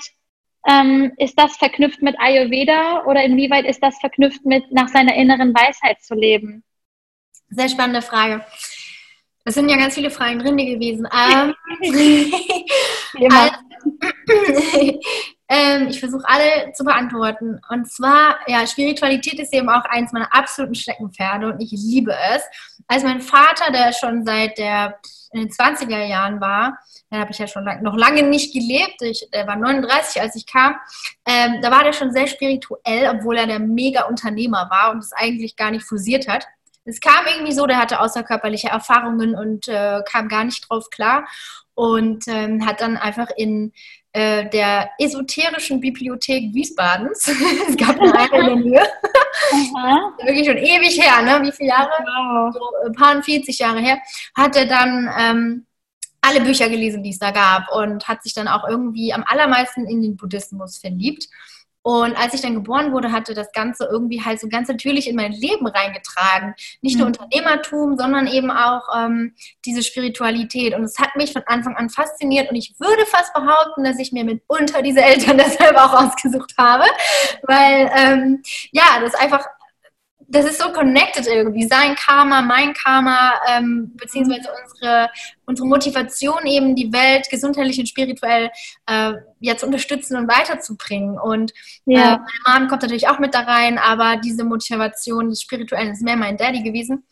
ähm, ist das verknüpft mit Ayurveda oder inwieweit ist das verknüpft mit nach seiner inneren Weisheit zu leben? Sehr spannende Frage. Das sind ja ganz viele Fragen drin gewesen. Ähm, also, ähm, ich versuche alle zu beantworten. Und zwar, ja, Spiritualität ist eben auch eins meiner absoluten Steckenpferde und ich liebe es. Als mein Vater, der schon seit der in den zwanziger Jahren war, da habe ich ja schon lang, noch lange nicht gelebt, ich, der war neununddreißig, als ich kam, ähm, da war der schon sehr spirituell, obwohl er der Mega-Unternehmer war und es eigentlich gar nicht fusiert hat. Es kam irgendwie so, der hatte außerkörperliche Erfahrungen und äh, kam gar nicht drauf klar und ähm, hat dann einfach in äh, der esoterischen Bibliothek Wiesbadens, es gab eine in der Nähe, wirklich schon ewig her, ne? Wie viele Jahre? Wow. So ein paar vierzig Jahre her, hat er dann ähm, alle Bücher gelesen, die es da gab und hat sich dann auch irgendwie am allermeisten in den Buddhismus verliebt. Und als ich dann geboren wurde, hatte das Ganze irgendwie halt so ganz natürlich in mein Leben reingetragen. Nicht nur Unternehmertum, sondern eben auch ähm, diese Spiritualität. Und es hat mich von Anfang an fasziniert. Und ich würde fast behaupten, dass ich mir mitunter diese Eltern deshalb auch ausgesucht habe. Weil, ähm, ja, das einfach das ist so connected irgendwie. Sein Karma, mein Karma, ähm, beziehungsweise unsere, unsere Motivation eben, die Welt gesundheitlich und spirituell äh, ja, zu unterstützen und weiterzubringen. Und ja. äh, meine Mom kommt natürlich auch mit da rein, aber diese Motivation des Spirituellen ist mehr mein Daddy gewesen.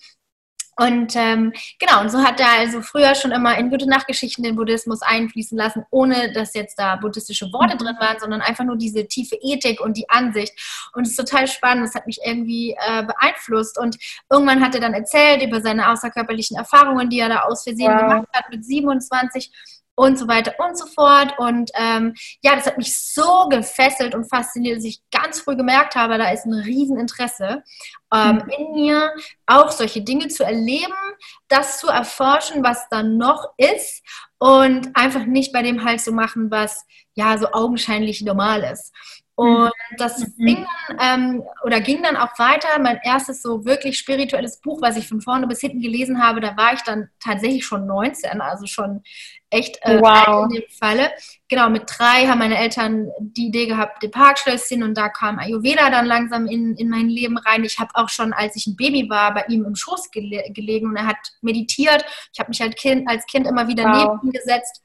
Und ähm, genau, und so hat er also früher schon immer in Gute-Nacht-Geschichten den Buddhismus einfließen lassen, ohne dass jetzt da buddhistische Worte drin waren, sondern einfach nur diese tiefe Ethik und die Ansicht. Und es ist total spannend, das hat mich irgendwie äh, beeinflusst. Und irgendwann hat er dann erzählt über seine außerkörperlichen Erfahrungen, die er da aus Versehen wow. gemacht hat mit siebenundzwanzig und so weiter und so fort. Und ähm, ja, das hat mich so gefesselt und fasziniert, dass ich ganz früh gemerkt habe, da ist ein Rieseninteresse ähm, mhm. in mir, auch solche Dinge zu erleben, das zu erforschen, was da noch ist und einfach nicht bei dem halt so machen, was ja so augenscheinlich normal ist. Und das mhm. ging dann, ähm, oder ging dann auch weiter. Mein erstes so wirklich spirituelles Buch, was ich von vorne bis hinten gelesen habe, da war ich dann tatsächlich schon neunzehn, also schon echt äh, wow. alt in dem Falle. Genau, mit drei haben meine Eltern die Idee gehabt, den Parkschlösschen, und da kam Ayurveda dann langsam in, in mein Leben rein. Ich habe auch schon, als ich ein Baby war, bei ihm im Schoß gele- gelegen und er hat meditiert. Ich habe mich als Kind, als Kind immer wieder wow. neben ihm gesetzt.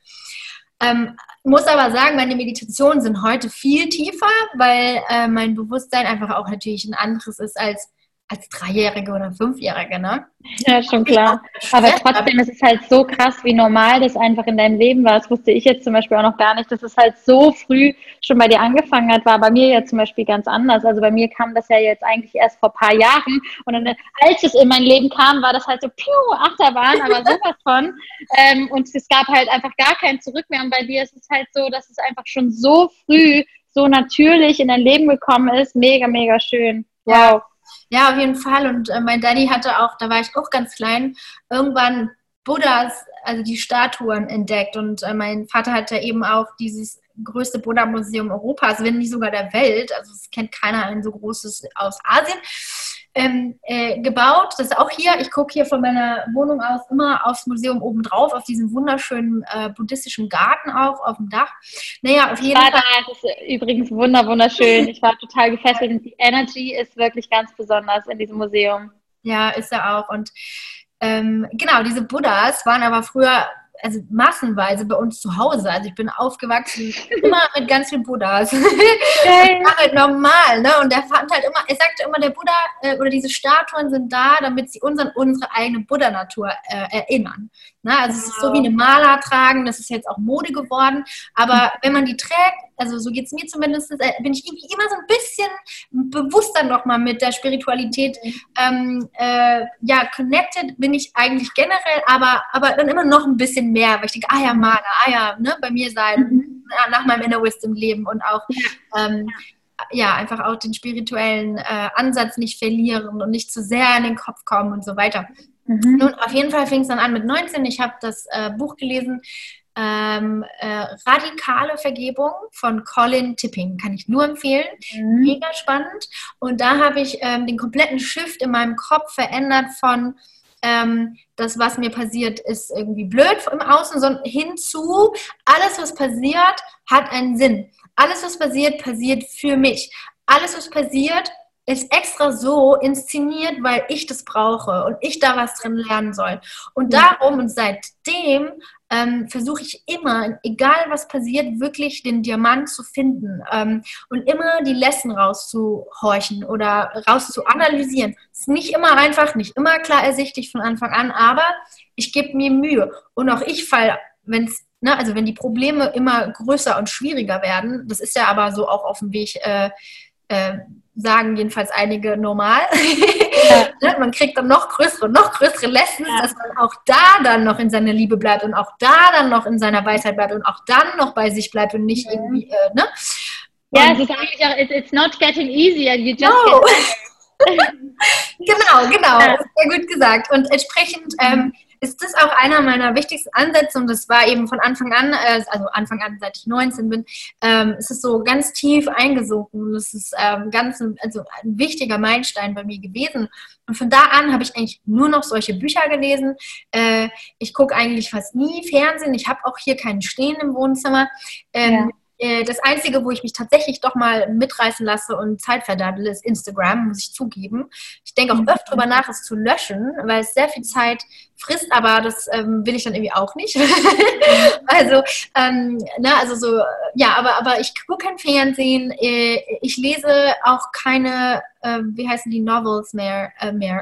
Ähm, muss aber sagen, meine Meditationen sind heute viel tiefer, weil äh, mein Bewusstsein einfach auch natürlich ein anderes ist als als Dreijährige oder Fünfjährige, ne? Ja, schon klar. Aber trotzdem ist es halt so krass, wie normal das einfach in deinem Leben war. Das wusste ich jetzt zum Beispiel auch noch gar nicht, dass es halt so früh schon bei dir angefangen hat, war bei mir ja zum Beispiel ganz anders. Also bei mir kam das ja jetzt eigentlich erst vor ein paar Jahren. Und dann, als es in mein Leben kam, war das halt so, piu, Achterbahn, aber sowas von. Ähm, und es gab halt einfach gar kein Zurück mehr. Und bei dir ist es halt so, dass es einfach schon so früh, so natürlich in dein Leben gekommen ist. Mega, mega schön. Wow. Ja. Ja, auf jeden Fall. Und äh, mein Daddy hatte auch, da war ich auch ganz klein, irgendwann Buddhas, also die Statuen entdeckt. Und äh, mein Vater hatte eben auch dieses größte Buddha-Museum Europas, wenn nicht sogar der Welt, also es kennt keiner, ein so großes aus Asien, ähm, äh, gebaut. Das ist auch hier, ich gucke hier von meiner Wohnung aus immer aufs Museum oben drauf, auf diesen wunderschönen äh, buddhistischen Garten auch, auf dem Dach. Naja, auf jeden Fall. Fall. Das ist übrigens wunder, wunderschön. Ich war total gefesselt und die Energy ist wirklich ganz besonders in diesem Museum. Ja, ist er auch. Und ähm, genau, diese Buddhas waren aber früher, also massenweise bei uns zu Hause. Also ich bin aufgewachsen immer mit ganz vielen Buddhas. Okay. Das war halt normal, ne? Und der fand halt immer, er sagte immer, der Buddha äh, oder diese Statuen sind da, damit sie uns an unsere eigene Buddha-Natur äh, erinnern. Ne? Also es ist so wie eine Maler tragen, das ist jetzt auch Mode geworden. Aber wenn man die trägt, also so geht es mir zumindest, äh, bin ich irgendwie immer so ein bisschen bewusster nochmal mit der Spiritualität ähm, äh, ja, connected bin ich eigentlich generell, aber, aber dann immer noch ein bisschen mehr, weil ich denke, ah ja, Maler, ah ja, ne, bei mir sein, mhm. nach meinem Inner Wisdom leben und auch ähm, ja, einfach auch den spirituellen äh, Ansatz nicht verlieren und nicht zu sehr in den Kopf kommen und so weiter. Mhm. Nun, auf jeden Fall fing es dann an mit neunzehn. Ich habe das äh, Buch gelesen, ähm, äh, Radikale Vergebung von Colin Tipping. Kann ich nur empfehlen. Mhm. Mega spannend. Und da habe ich ähm, den kompletten Shift in meinem Kopf verändert von ähm, das, was mir passiert, ist irgendwie blöd im Außen, sondern hinzu, alles, was passiert, hat einen Sinn. Alles, was passiert, passiert für mich. Alles, was passiert, ist extra so inszeniert, weil ich das brauche und ich da was drin lernen soll. Und darum und seitdem ähm, versuche ich immer, egal was passiert, wirklich den Diamant zu finden ähm, und immer die Lesson rauszuhorchen oder rauszuanalysieren. Ist nicht immer einfach, nicht immer klar ersichtlich von Anfang an, aber ich gebe mir Mühe. Und auch ich falle, wenn es Ne, also wenn die Probleme immer größer und schwieriger werden, das ist ja aber so auch auf dem Weg, äh, äh, sagen jedenfalls einige normal, ja. ne, man kriegt dann noch größere, noch größere Lessons, ja. dass man auch da dann noch in seiner Liebe bleibt und auch da dann noch in seiner Weisheit bleibt und auch dann noch bei sich bleibt und nicht ja. irgendwie, äh, ne? Ja, es ist eigentlich auch, it's not getting easier, you just no. get Genau, genau, ja. sehr gut gesagt. Und entsprechend ähm, ist das auch einer meiner wichtigsten Ansätze und das war eben von Anfang an, äh, also Anfang an, seit ich neunzehn bin, ähm, es ist so ganz tief eingesunken. Das ist ähm, ganz ein, also ein wichtiger Meilenstein bei mir gewesen. Und von da an habe ich eigentlich nur noch solche Bücher gelesen. Äh, ich gucke eigentlich fast nie Fernsehen. Ich habe auch hier keinen Stehen im Wohnzimmer. Ähm, ja. Das Einzige, wo ich mich tatsächlich doch mal mitreißen lasse und Zeit verdaddle, ist Instagram, muss ich zugeben. Ich denke auch öfter drüber nach, es zu löschen, weil es sehr viel Zeit frisst, aber das ähm, will ich dann irgendwie auch nicht. also, ähm, ne, also so, ja, aber, aber ich gucke kein Fernsehen, ich lese auch keine, äh, wie heißen die, Novels mehr. Äh, mehr.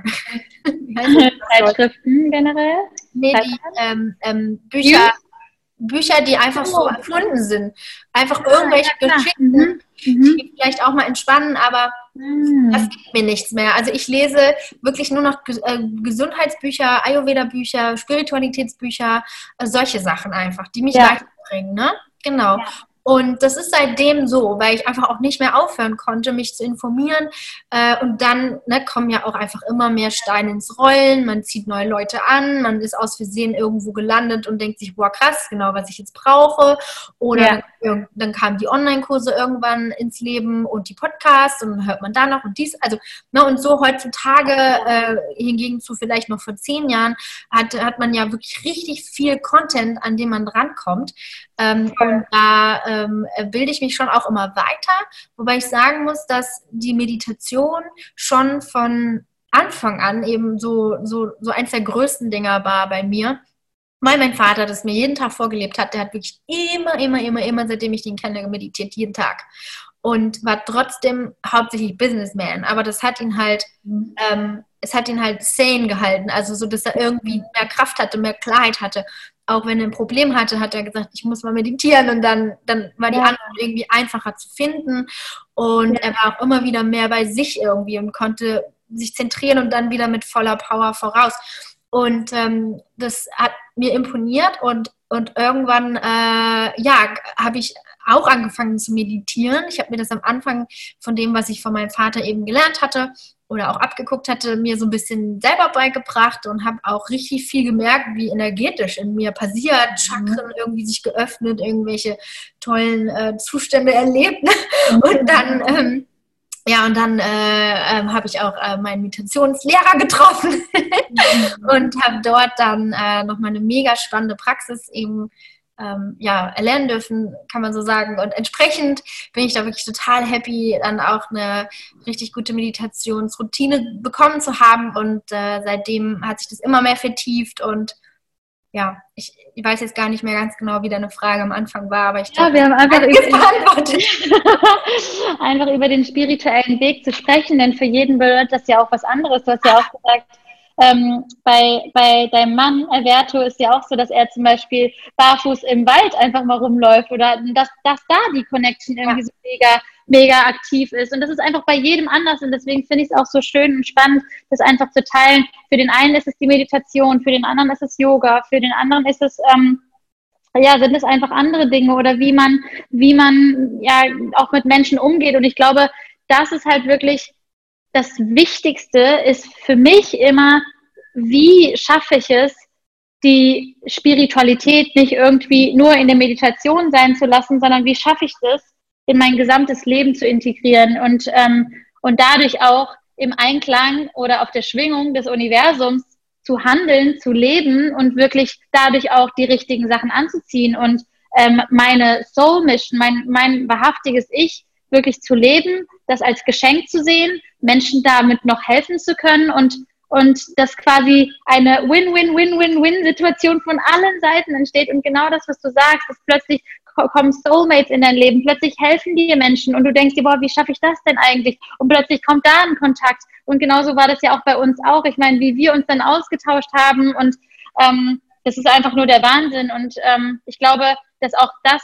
Zeitschriften generell? Nee, die ähm, ähm, Bücher. Bücher, die einfach so erfunden sind. Einfach irgendwelche ja, ja, Geschichten, mhm. die vielleicht auch mal entspannen, aber mhm. das gibt mir nichts mehr. Also ich lese wirklich nur noch äh, Gesundheitsbücher, Ayurveda-Bücher, Spiritualitätsbücher, äh, solche Sachen einfach, die mich ja. weiterbringen. Ne? Genau. Ja. Und das ist seitdem so, weil ich einfach auch nicht mehr aufhören konnte, mich zu informieren. Äh, und dann ne, kommen ja auch einfach immer mehr Steine ins Rollen. Man zieht neue Leute an, man ist aus Versehen irgendwo gelandet und denkt sich, boah krass, genau was ich jetzt brauche. Oder ja. dann, dann kamen die Online-Kurse irgendwann ins Leben und die Podcasts und dann hört man da noch und dies. Also ne, und so heutzutage, äh, hingegen zu vielleicht noch vor zehn Jahren, hat, hat man ja wirklich richtig viel Content, an dem man drankommt. Ähm, und da ähm, bilde ich mich schon auch immer weiter, wobei ich sagen muss, dass die Meditation schon von Anfang an eben so, so, so eins der größten Dinger war bei mir, weil mein Vater das mir jeden Tag vorgelebt hat. Der hat wirklich immer, immer, immer, immer, seitdem ich den kenne, meditiert, jeden Tag. Und war trotzdem hauptsächlich Businessman, aber das hat ihn halt, ähm, es hat ihn halt sane gehalten, also so, dass er irgendwie mehr Kraft hatte, mehr Klarheit hatte. Auch wenn er ein Problem hatte, hat er gesagt, ich muss mal meditieren und dann, dann war die ja. Antwort irgendwie einfacher zu finden und ja. er war auch immer wieder mehr bei sich irgendwie und konnte sich zentrieren und dann wieder mit voller Power voraus. Und ähm, das hat mir imponiert und, und irgendwann, äh, ja, habe ich auch angefangen zu meditieren. Ich habe mir das am Anfang von dem, was ich von meinem Vater eben gelernt hatte oder auch abgeguckt hatte, mir so ein bisschen selber beigebracht und habe auch richtig viel gemerkt, wie energetisch in mir passiert, Chakren irgendwie sich geöffnet, irgendwelche tollen äh, Zustände erlebt. Und dann, ähm, ja, und dann äh, äh, habe ich auch äh, meinen Meditationslehrer getroffen und habe dort dann äh, nochmal eine mega spannende Praxis eben Ähm, ja, erlernen dürfen, kann man so sagen. Und entsprechend bin ich da wirklich total happy, dann auch eine richtig gute Meditationsroutine bekommen zu haben. Und äh, seitdem hat sich das immer mehr vertieft. Und ja, ich, ich weiß jetzt gar nicht mehr ganz genau, wie deine Frage am Anfang war, aber ich ja, glaube, wir haben einfach über, einfach über den spirituellen Weg zu sprechen, denn für jeden bedeutet das ja auch was anderes. Du hast ja auch gesagt, Ähm, bei, bei deinem Mann, Alberto, ist ja auch so, dass er zum Beispiel barfuß im Wald einfach mal rumläuft oder dass, dass da die Connection irgendwie ja. so mega, mega aktiv ist. Und das ist einfach bei jedem anders und deswegen finde ich es auch so schön und spannend, das einfach zu teilen. Für den einen ist es die Meditation, für den anderen ist es Yoga, für den anderen ist es, ähm, ja, sind es einfach andere Dinge oder wie man, wie man ja auch mit Menschen umgeht. Und ich glaube, das ist halt wirklich das Wichtigste ist für mich immer, wie schaffe ich es, die Spiritualität nicht irgendwie nur in der Meditation sein zu lassen, sondern wie schaffe ich das, in mein gesamtes Leben zu integrieren und, ähm, und dadurch auch im Einklang oder auf der Schwingung des Universums zu handeln, zu leben und wirklich dadurch auch die richtigen Sachen anzuziehen und ähm, meine Soul Mission, mein, mein wahrhaftiges Ich wirklich zu leben, das als Geschenk zu sehen, Menschen damit noch helfen zu können und, und dass quasi eine Win-Win-Win-Win-Win-Situation von allen Seiten entsteht und genau das, was du sagst, dass plötzlich kommen Soulmates in dein Leben, plötzlich helfen dir Menschen und du denkst dir, boah, wie schaffe ich das denn eigentlich? Und plötzlich kommt da ein Kontakt und genauso war das ja auch bei uns auch. Ich meine, wie wir uns dann ausgetauscht haben und ähm, das ist einfach nur der Wahnsinn und ähm, ich glaube, dass auch das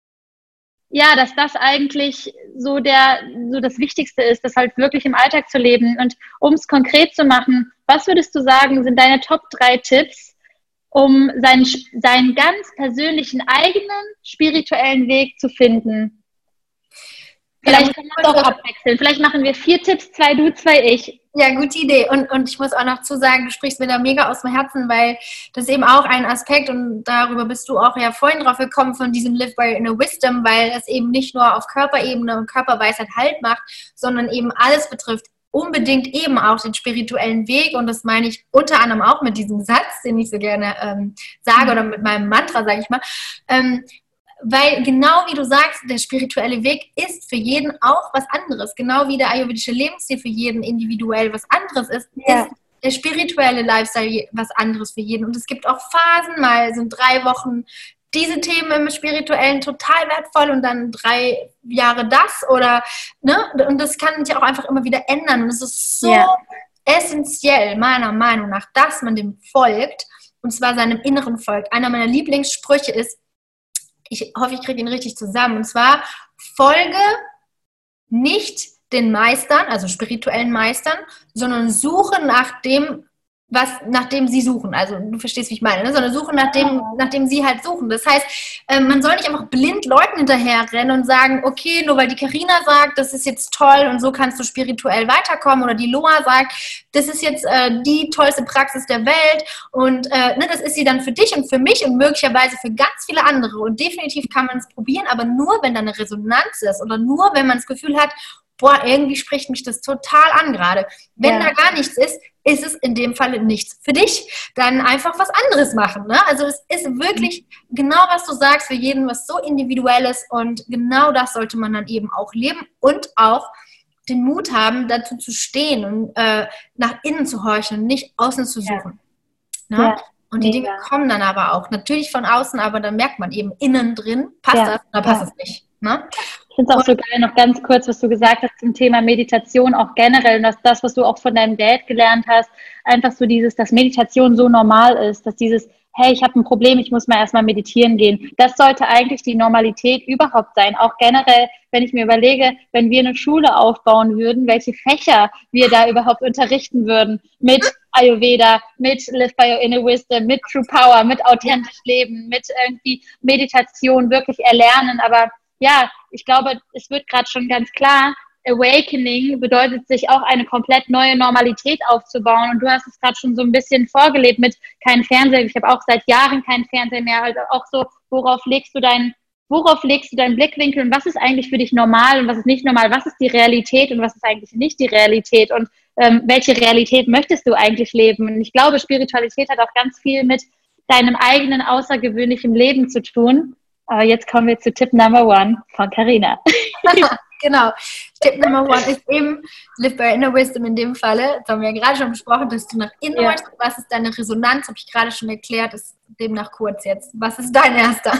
Ja, dass das eigentlich so der, so das Wichtigste ist, das halt wirklich im Alltag zu leben. Und um es konkret zu machen, was würdest du sagen, sind deine Top drei Tipps, um seinen, seinen ganz persönlichen eigenen spirituellen Weg zu finden? Vielleicht können wir es auch abwechseln. Vielleicht machen wir vier Tipps, zwei du, zwei ich. Ja, gute Idee. Und, und ich muss auch noch zu sagen, du sprichst mir da mega aus dem Herzen, weil das ist eben auch ein Aspekt und darüber bist du auch ja vorhin drauf gekommen von diesem Live by Inner Wisdom, weil es eben nicht nur auf Körperebene und Körperweisheit Halt macht, sondern eben alles betrifft. Unbedingt eben auch den spirituellen Weg und das meine ich unter anderem auch mit diesem Satz, den ich so gerne ähm, sage oder mit meinem Mantra, sage ich mal, ähm, weil genau wie du sagst, der spirituelle Weg ist für jeden auch was anderes. Genau wie der ayurvedische Lebensstil für jeden individuell was anderes ist, Ja. ist der spirituelle Lifestyle was anderes für jeden. Und es gibt auch Phasen, mal sind drei Wochen diese Themen im Spirituellen total wertvoll und dann drei Jahre das oder, ne, und das kann sich auch einfach immer wieder ändern und es ist so Ja. essentiell, meiner Meinung nach, dass man dem folgt und zwar seinem Inneren folgt. Einer meiner Lieblingssprüche ist, ich hoffe, ich kriege ihn richtig zusammen, und zwar, folge nicht den Meistern, also spirituellen Meistern, sondern suche nach dem, was, nach dem sie suchen. Also du verstehst, wie ich meine, ne? Sondern suche nach dem, nach dem sie halt suchen. Das heißt, äh, man soll nicht einfach blind Leuten hinterherrennen und sagen, okay, nur weil die Carina sagt, das ist jetzt toll und so kannst du spirituell weiterkommen, oder die Loa sagt, das ist jetzt äh, die tollste Praxis der Welt und äh, ne, das ist sie dann für dich und für mich und möglicherweise für ganz viele andere. Und definitiv kann man es probieren, aber nur, wenn da eine Resonanz ist oder nur, wenn man das Gefühl hat, boah, irgendwie spricht mich das total an gerade. Wenn Ja. da gar nichts ist, ist es in dem Fall nichts für dich. Dann einfach was anderes machen. Ne? Also es ist wirklich genau, was du sagst, für jeden was so Individuelles und genau das sollte man dann eben auch leben und auch den Mut haben, dazu zu stehen und äh, nach innen zu horchen und nicht außen zu suchen. Ja. Ne? Ja. Und die Mega. Dinge kommen dann aber auch. Natürlich von außen, aber dann merkt man eben innen drin, passt Ja. das oder passt Ja. es nicht. Ne? Ich finde es auch so geil, noch ganz kurz, was du gesagt hast zum Thema Meditation, auch generell, und dass das, was du auch von deinem Dad gelernt hast, einfach so dieses, dass Meditation so normal ist, dass dieses, hey, ich habe ein Problem, ich muss mal erstmal meditieren gehen. Das sollte eigentlich die Normalität überhaupt sein. Auch generell, wenn ich mir überlege, wenn wir eine Schule aufbauen würden, welche Fächer wir da überhaupt unterrichten würden mit Ayurveda, mit Live by Your Inner Wisdom, mit True Power, mit authentisch Leben, mit irgendwie Meditation, wirklich erlernen. Aber ja, ich glaube, es wird gerade schon ganz klar, Awakening bedeutet, sich auch eine komplett neue Normalität aufzubauen. Und du hast es gerade schon so ein bisschen vorgelebt mit kein Fernseher. Ich habe auch seit Jahren keinen Fernseher mehr. Also auch so, worauf legst du deinen, worauf legst du deinen Blickwinkel und was ist eigentlich für dich normal und was ist nicht normal? Was ist die Realität und was ist eigentlich nicht die Realität? Und ähm, welche Realität möchtest du eigentlich leben? Und ich glaube, Spiritualität hat auch ganz viel mit deinem eigenen außergewöhnlichen Leben zu tun. Aber jetzt kommen wir zu Tipp Number One von Carina. Genau. Tipp Nummer One ist eben Live by Inner Wisdom in dem Falle. Das haben wir ja gerade schon besprochen, dass du nach innen Ja. horchst. Was ist deine Resonanz? Habe ich gerade schon erklärt. Ist demnach kurz jetzt. Was ist dein erster?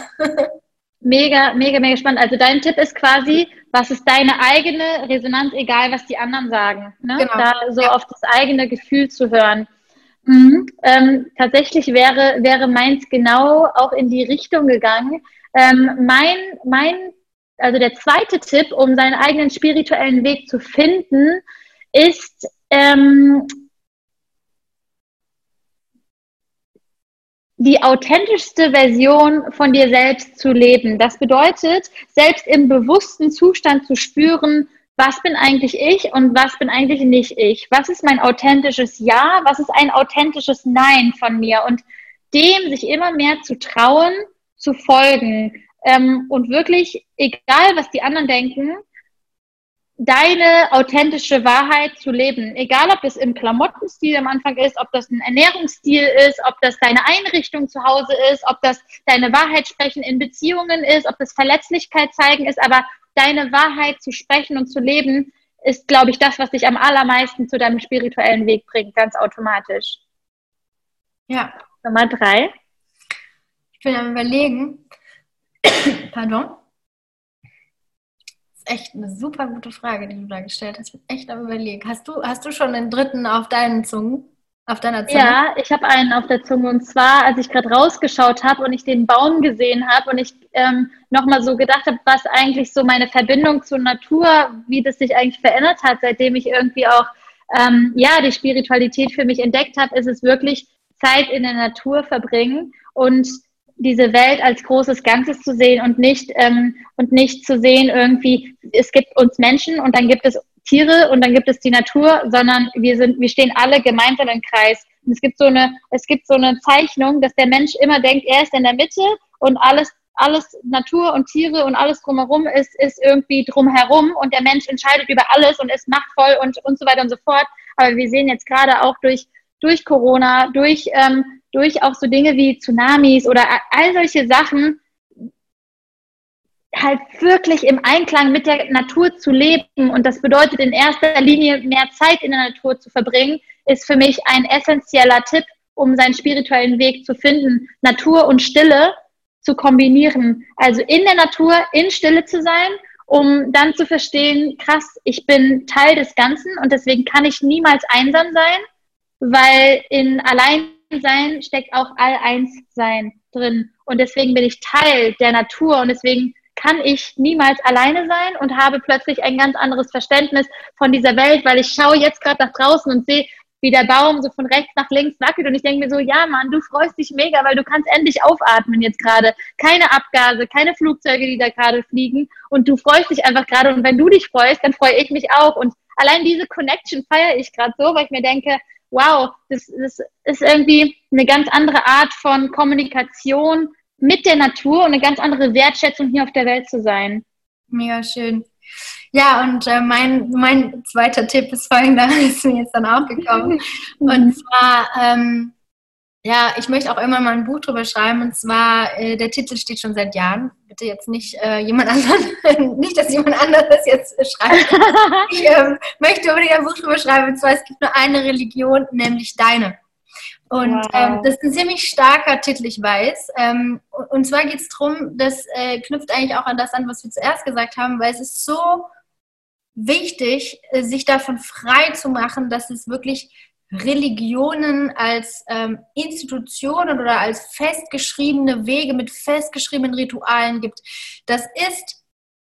Mega, mega, mega spannend. Also dein Tipp ist quasi, was ist deine eigene Resonanz, egal was die anderen sagen. Ne? Genau. Da so Ja. auf das eigene Gefühl zu hören. Mhm. Ähm, tatsächlich wäre, wäre meins genau auch in die Richtung gegangen. Ähm, mein, mein, also der zweite Tipp, um seinen eigenen spirituellen Weg zu finden, ist, ähm, die authentischste Version von dir selbst zu leben. Das bedeutet, selbst im bewussten Zustand zu spüren, was bin eigentlich ich und was bin eigentlich nicht ich? Was ist mein authentisches Ja? Was ist ein authentisches Nein von mir? Und dem sich immer mehr zu trauen, zu folgen ähm, und wirklich, egal was die anderen denken, deine authentische Wahrheit zu leben. Egal, ob das im Klamottenstil am Anfang ist, ob das ein Ernährungsstil ist, ob das deine Einrichtung zu Hause ist, ob das deine Wahrheit sprechen in Beziehungen ist, ob das Verletzlichkeit zeigen ist, aber deine Wahrheit zu sprechen und zu leben, ist, glaube ich, das, was dich am allermeisten zu deinem spirituellen Weg bringt, ganz automatisch. Ja. Nummer drei. Ich bin am Überlegen. Pardon. Das ist echt eine super gute Frage, die du da gestellt hast. Ich bin echt am Überlegen. Hast du, hast du schon den dritten auf deinen Zungen? Auf deiner Zunge? Ja, ich habe einen auf der Zunge und zwar, als ich gerade rausgeschaut habe und ich den Baum gesehen habe und ich ähm, nochmal so gedacht habe, was eigentlich so meine Verbindung zur Natur, wie das sich eigentlich verändert hat, seitdem ich irgendwie auch ähm, ja die Spiritualität für mich entdeckt habe, ist es wirklich Zeit in der Natur verbringen und diese Welt als großes Ganzes zu sehen und nicht ähm, und nicht zu sehen irgendwie, es gibt uns Menschen und dann gibt es Tiere und dann gibt es die Natur, sondern wir sind, wir stehen alle gemeinsam im Kreis. Und es gibt so eine, es gibt so eine Zeichnung, dass der Mensch immer denkt, er ist in der Mitte und alles, alles Natur und Tiere und alles drumherum ist, ist irgendwie drumherum und der Mensch entscheidet über alles und ist machtvoll und, und so weiter und so fort. Aber wir sehen jetzt gerade auch durch, durch Corona, durch, ähm, durch auch so Dinge wie Tsunamis oder all solche Sachen, halt wirklich im Einklang mit der Natur zu leben. Und das bedeutet in erster Linie mehr Zeit in der Natur zu verbringen, ist für mich ein essentieller Tipp, um seinen spirituellen Weg zu finden, Natur und Stille zu kombinieren. Also in der Natur, in Stille zu sein, um dann zu verstehen, krass, ich bin Teil des Ganzen und deswegen kann ich niemals einsam sein, weil in Alleinsein steckt auch All-Eins-Sein drin. Und deswegen bin ich Teil der Natur und deswegen kann ich niemals alleine sein und habe plötzlich ein ganz anderes Verständnis von dieser Welt, weil ich schaue jetzt gerade nach draußen und sehe, wie der Baum so von rechts nach links wackelt und ich denke mir so, ja Mann, du freust dich mega, weil du kannst endlich aufatmen jetzt gerade. Keine Abgase, keine Flugzeuge, die da gerade fliegen und du freust dich einfach gerade und wenn du dich freust, dann freue ich mich auch und allein diese Connection feiere ich gerade so, weil ich mir denke, wow, das, das ist irgendwie eine ganz andere Art von Kommunikation mit der Natur und eine ganz andere Wertschätzung hier auf der Welt zu sein. Mega schön. Ja, und äh, mein, mein zweiter Tipp ist folgender, ist mir jetzt dann auch gekommen. Und zwar, ähm, ja, ich möchte auch immer mal ein Buch drüber schreiben. Und zwar, äh, der Titel steht schon seit Jahren. Bitte jetzt nicht äh, jemand anderen, nicht, dass jemand anderes jetzt äh, schreibt. Ich äh, möchte unbedingt ein Buch drüber schreiben. Und zwar, es gibt nur eine Religion, nämlich deine. Und wow. ähm, das ist ein ziemlich starker Titel, ich weiß. Ähm, und, und zwar geht es darum, das äh, knüpft eigentlich auch an das an, was wir zuerst gesagt haben, weil es ist so wichtig, äh, sich davon frei zu machen, dass es wirklich Religionen als ähm, Institutionen oder als festgeschriebene Wege mit festgeschriebenen Ritualen gibt. Das ist,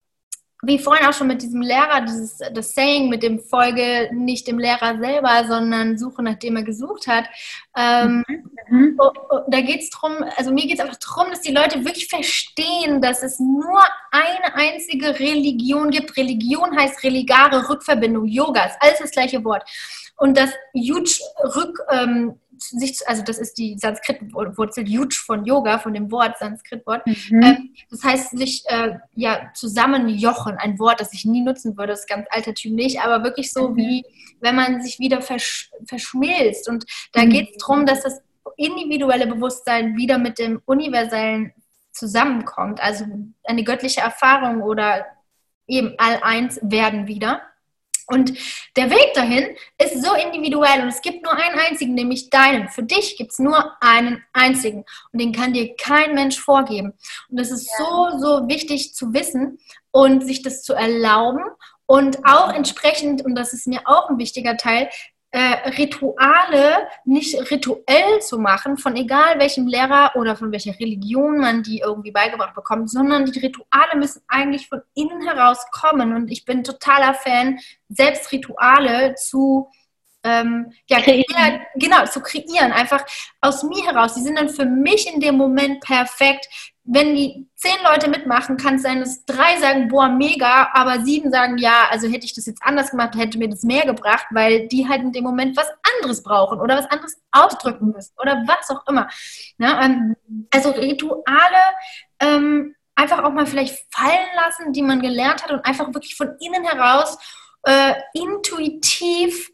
wie vorhin auch schon mit diesem Lehrer, dieses, das Saying mit dem Folge nicht dem Lehrer selber, sondern suche, nachdem er gesucht hat. Ähm, mhm. Da geht es darum, also mir geht es einfach darum, dass die Leute wirklich verstehen, dass es nur eine einzige Religion gibt. Religion heißt religare Rückverbindung, Yoga, ist alles das gleiche Wort. Und das Yuj Rück, ähm, sich, also das ist die Sanskrit-Wurzel Yuj von Yoga, von dem Wort, Sanskrit-Wort. Mhm. Ähm, das heißt, sich äh, ja, zusammenjochen, ein Wort, das ich nie nutzen würde, das ist ganz altertümlich, aber wirklich so, mhm. wie wenn man sich wieder versch- verschmilzt. Und da mhm. geht es darum, dass das individuelle Bewusstsein wieder mit dem universellen zusammenkommt, also eine göttliche Erfahrung oder eben all-eins werden wieder. Und der Weg dahin ist so individuell und es gibt nur einen einzigen, nämlich deinen. Für dich gibt es nur einen einzigen und den kann dir kein Mensch vorgeben. Und das ist ja. so, so wichtig zu wissen und sich das zu erlauben und auch entsprechend, und das ist mir auch ein wichtiger Teil, Äh, Rituale nicht rituell zu machen, von egal welchem Lehrer oder von welcher Religion man die irgendwie beigebracht bekommt, sondern die Rituale müssen eigentlich von innen heraus kommen. Und ich bin totaler Fan, selbst Rituale zu ähm, ja, kreieren. Genau, zu kreieren, einfach aus mir heraus. Die sind dann für mich in dem Moment perfekt. Wenn die zehn Leute mitmachen, kann es sein, dass drei sagen, boah, mega, aber sieben sagen, ja, also hätte ich das jetzt anders gemacht, hätte mir das mehr gebracht, weil die halt in dem Moment was anderes brauchen oder was anderes ausdrücken müssen oder was auch immer. Ja, ähm, also Rituale ähm, einfach auch mal vielleicht fallen lassen, die man gelernt hat und einfach wirklich von innen heraus äh, intuitiv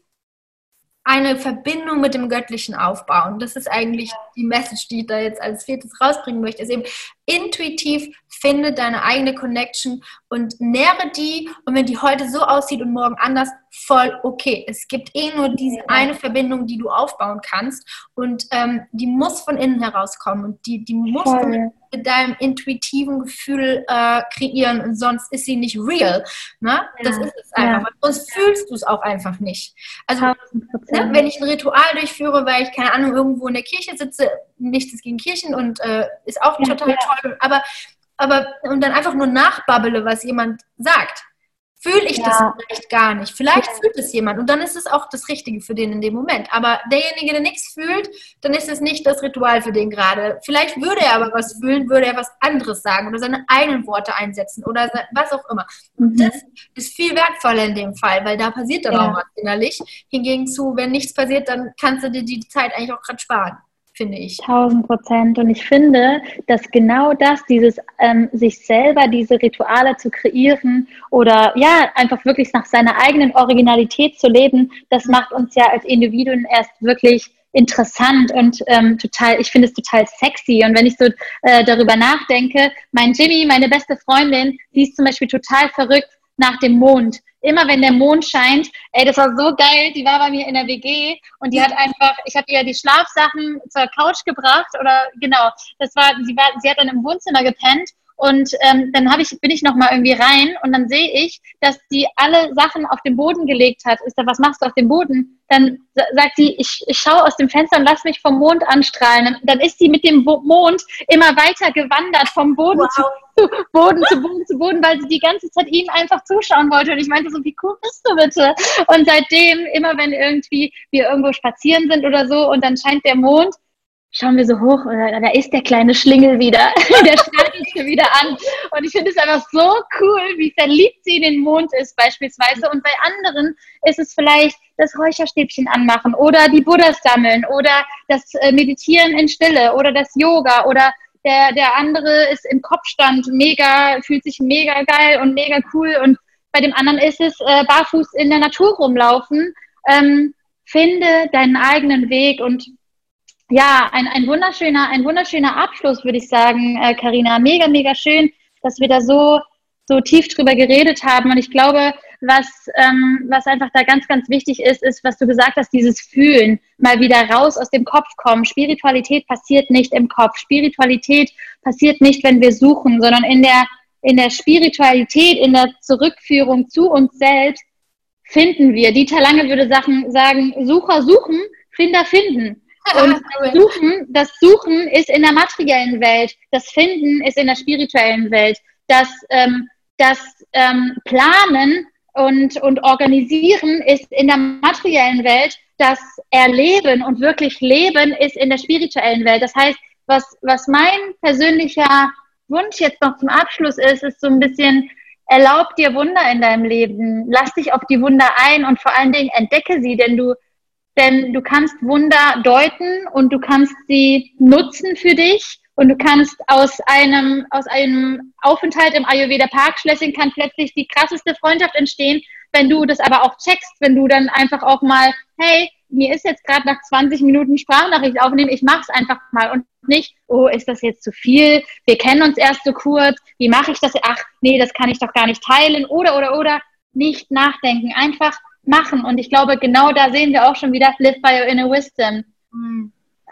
eine Verbindung mit dem Göttlichen aufbauen. Das ist eigentlich die Message, die ich da jetzt als viertes rausbringen möchte, ist eben intuitiv finde deine eigene Connection und nähre die und wenn die heute so aussieht und morgen anders, voll okay. Es gibt eh nur diese eine Verbindung, die du aufbauen kannst und ähm, die muss von innen herauskommen und die, die musst voll. du mit deinem intuitiven Gefühl äh, kreieren und sonst ist sie nicht real. Ne? Ja. Das ist es einfach. Ja. Sonst fühlst du es auch einfach nicht. Also ne, wenn ich ein Ritual durchführe, weil ich, keine Ahnung, irgendwo in der Kirche sitze, nichts gegen Kirchen und äh, ist auch ja, total ja. toll, aber, aber und dann einfach nur nachbabbele, was jemand sagt, fühle ich ja. das vielleicht gar nicht. Vielleicht ja. fühlt es jemand und dann ist es auch das Richtige für den in dem Moment. Aber derjenige, der nichts fühlt, dann ist es nicht das Ritual für den gerade. Vielleicht würde er aber was fühlen, würde er was anderes sagen oder seine eigenen Worte einsetzen oder was auch immer. Mhm. Das ist viel wertvoller in dem Fall, weil da passiert dann ja. auch was innerlich. Hingegen zu, wenn nichts passiert, dann kannst du dir die Zeit eigentlich auch gerade sparen. Finde ich. Tausend Prozent. Und ich finde, dass genau das, dieses ähm, sich selber diese Rituale zu kreieren oder ja, einfach wirklich nach seiner eigenen Originalität zu leben, das macht uns ja als Individuen erst wirklich interessant und ähm, total, ich finde es total sexy. Und wenn ich so äh, darüber nachdenke, mein Jimmy, meine beste Freundin, die ist zum Beispiel total verrückt nach dem Mond. Immer wenn der Mond scheint, ey, das war so geil, die war bei mir in der W G und die hat einfach, ich habe ihr die Schlafsachen zur Couch gebracht oder genau, das war, sie war, sie hat dann im Wohnzimmer gepennt. Und ähm, dann hab ich, bin ich noch mal irgendwie rein und dann sehe ich, dass die alle Sachen auf den Boden gelegt hat. Ist da, was machst du auf dem Boden? Dann sagt sie, ich, ich schaue aus dem Fenster und lass mich vom Mond anstrahlen. Dann ist sie mit dem Mond immer weiter gewandert, vom Boden wow. zu, zu Boden zu Boden zu Boden, weil sie die ganze Zeit ihm einfach zuschauen wollte. Und ich meinte so, wie cool bist du bitte? Und seitdem, immer wenn irgendwie wir irgendwo spazieren sind oder so und dann scheint der Mond, schauen wir so hoch, da ist der kleine Schlingel wieder, der strahlt uns hier wieder an. Und ich finde es einfach so cool, wie verliebt sie in den Mond ist beispielsweise. Und bei anderen ist es vielleicht das Räucherstäbchen anmachen oder die Buddhas sammeln oder das Meditieren in Stille oder das Yoga oder der, der andere ist im Kopfstand mega, fühlt sich mega geil und mega cool. Und bei dem anderen ist es äh, barfuß in der Natur rumlaufen. Ähm, finde deinen eigenen Weg und ja, ein, ein wunderschöner, ein wunderschöner Abschluss, würde ich sagen, Carina. Äh, mega, mega schön, dass wir da so, so tief drüber geredet haben. Und ich glaube, was, ähm, was einfach da ganz, ganz wichtig ist, ist, was du gesagt hast, dieses Fühlen, mal wieder raus aus dem Kopf kommen. Spiritualität passiert nicht im Kopf. Spiritualität passiert nicht, wenn wir suchen, sondern in der, in der Spiritualität, in der Zurückführung zu uns selbst finden wir. Dieter Lange würde Sachen sagen, Sucher suchen, Finder finden. Und das Suchen, das Suchen ist in der materiellen Welt, das Finden ist in der spirituellen Welt, das, ähm, das ähm, Planen und, und Organisieren ist in der materiellen Welt, das Erleben und wirklich Leben ist in der spirituellen Welt. Das heißt, was, was mein persönlicher Wunsch jetzt noch zum Abschluss ist, ist so ein bisschen, erlaub dir Wunder in deinem Leben, lass dich auf die Wunder ein und vor allen Dingen entdecke sie, denn du Denn du kannst Wunder deuten und du kannst sie nutzen für dich und du kannst aus einem, aus einem Aufenthalt im Ayurveda Parkschlösschen kann plötzlich die krasseste Freundschaft entstehen, wenn du das aber auch checkst, wenn du dann einfach auch mal, hey, mir ist jetzt gerade nach zwanzig Minuten Sprachnachricht aufnehmen, ich mach's einfach mal und nicht, oh, ist das jetzt zu viel? Wir kennen uns erst so kurz, wie mache ich das? Ach, nee, das kann ich doch gar nicht teilen oder, oder, oder, nicht nachdenken, einfach machen. Und ich glaube, genau da sehen wir auch schon wieder Live by your inner wisdom. Mhm.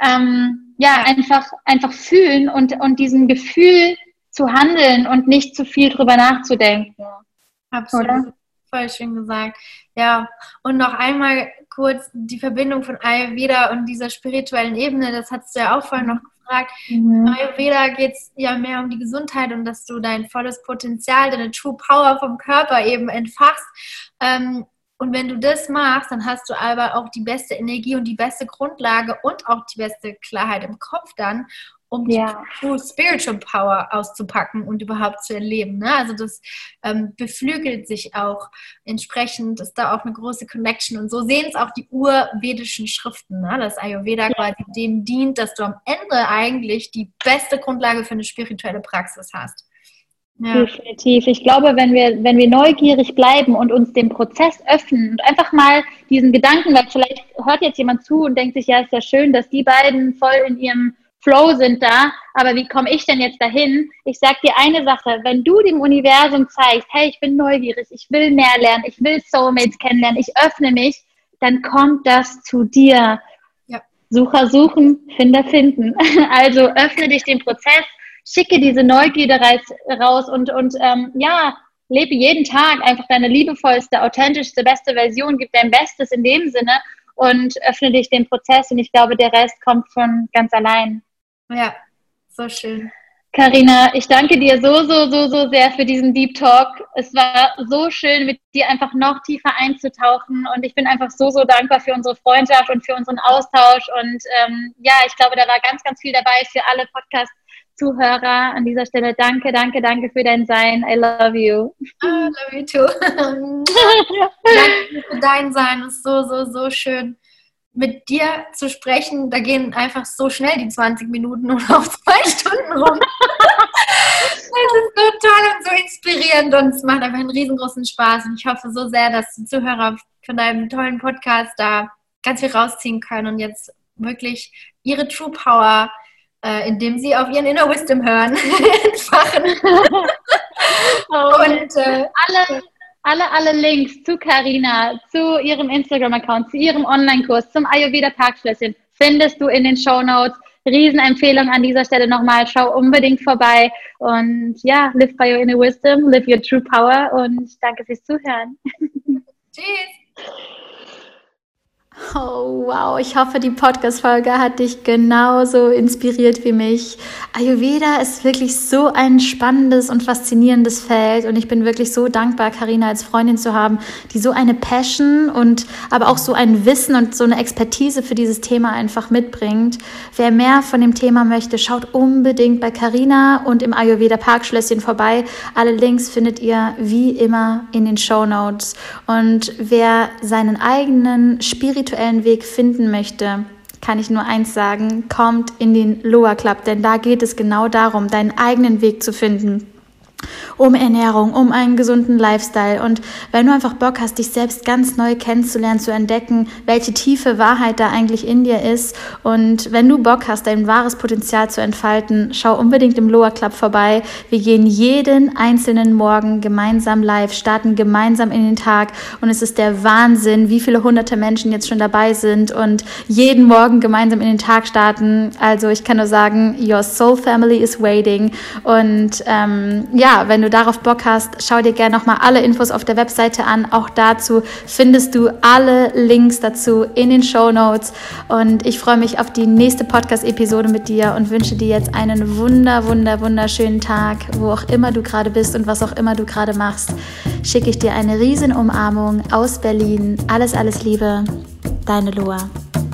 Ähm, ja, ja, einfach einfach fühlen und, und diesem Gefühl zu handeln und nicht zu viel drüber nachzudenken. Absolut. Oder? Voll schön gesagt. Ja, und noch einmal kurz die Verbindung von Ayurveda und dieser spirituellen Ebene, das hattest du ja auch vorhin noch gefragt. Mhm. Ayurveda geht es ja mehr um die Gesundheit und dass du dein volles Potenzial, deine True Power vom Körper eben entfachst. Ähm, Und wenn du das machst, dann hast du aber auch die beste Energie und die beste Grundlage und auch die beste Klarheit im Kopf dann, um ja. die True Spiritual Power auszupacken und überhaupt zu erleben. Ne? Also das ähm, beflügelt sich auch entsprechend, ist da auch eine große Connection. Und so sehen es auch die urvedischen Schriften, ne? Dass Ayurveda ja. quasi dem dient, dass du am Ende eigentlich die beste Grundlage für eine spirituelle Praxis hast. Ja. Definitiv. Ich glaube, wenn wir, wenn wir neugierig bleiben und uns dem Prozess öffnen und einfach mal diesen Gedanken, weil vielleicht hört jetzt jemand zu und denkt sich, ja, ist ja schön, dass die beiden voll in ihrem Flow sind da, aber wie komme ich denn jetzt dahin? Ich sag dir eine Sache, wenn du dem Universum zeigst, hey, ich bin neugierig, ich will mehr lernen, ich will Soulmates kennenlernen, ich öffne mich, dann kommt das zu dir. Ja. Sucher suchen, Finder finden. Also öffne dich dem Prozess, schicke diese Neugierde raus und, und ähm, ja, lebe jeden Tag einfach deine liebevollste, authentischste, beste Version, gib dein Bestes in dem Sinne und öffne dich dem Prozess und ich glaube, der Rest kommt von ganz allein. Ja, so schön. Carina, ich danke dir so, so, so, so sehr für diesen Deep Talk. Es war so schön, mit dir einfach noch tiefer einzutauchen und ich bin einfach so, so dankbar für unsere Freundschaft und für unseren Austausch und ähm, ja, ich glaube, da war ganz, ganz viel dabei für alle Podcast Zuhörer. An dieser Stelle danke, danke, danke für dein Sein. I love you. I love you too. Danke für dein Sein. Es ist so, so, so schön, mit dir zu sprechen. Da gehen einfach so schnell die zwanzig Minuten und auf zwei Stunden rum. Es ist so toll und so inspirierend und es macht einfach einen riesengroßen Spaß. Und ich hoffe so sehr, dass die Zuhörer von deinem tollen Podcast da ganz viel rausziehen können und jetzt wirklich ihre True Power, äh, indem sie auf ihren Inner Wisdom hören, entfachen. Und äh, alle, alle, alle Links zu Carina, zu ihrem Instagram-Account, zu ihrem Online-Kurs, zum Ayurveda Parkschlösschen findest du in den Shownotes. Riesenempfehlung an dieser Stelle nochmal. Schau unbedingt vorbei. Und ja, live by your inner wisdom, live your true power. Und danke fürs Zuhören. Tschüss. Oh, wow. Ich hoffe, die Podcast-Folge hat dich genauso inspiriert wie mich. Ayurveda ist wirklich so ein spannendes und faszinierendes Feld und ich bin wirklich so dankbar, Carina als Freundin zu haben, die so eine Passion und aber auch so ein Wissen und so eine Expertise für dieses Thema einfach mitbringt. Wer mehr von dem Thema möchte, schaut unbedingt bei Carina und im Ayurveda Parkschlösschen vorbei. Alle Links findet ihr wie immer in den Shownotes. Und wer seinen eigenen spirituellen Weg finden möchte, kann ich nur eins sagen, kommt in den Loa Club, denn da geht es genau darum, deinen eigenen Weg zu finden. Um Ernährung, um einen gesunden Lifestyle und wenn du einfach Bock hast, dich selbst ganz neu kennenzulernen, zu entdecken, welche tiefe Wahrheit da eigentlich in dir ist und wenn du Bock hast, dein wahres Potenzial zu entfalten, schau unbedingt im Loa Club vorbei. Wir gehen jeden einzelnen Morgen gemeinsam live, starten gemeinsam in den Tag und es ist der Wahnsinn, wie viele hunderte Menschen jetzt schon dabei sind und jeden Morgen gemeinsam in den Tag starten. Also ich kann nur sagen, your soul family is waiting und ähm, ja, wenn du darauf Bock hast, schau dir gerne nochmal alle Infos auf der Webseite an. Auch dazu findest du alle Links dazu in den Shownotes. Und ich freue mich auf die nächste Podcast-Episode mit dir und wünsche dir jetzt einen wunder, wunder, wunderschönen Tag, wo auch immer du gerade bist und was auch immer du gerade machst. Schicke ich dir eine riesen Umarmung aus Berlin. Alles, alles Liebe, deine Loa.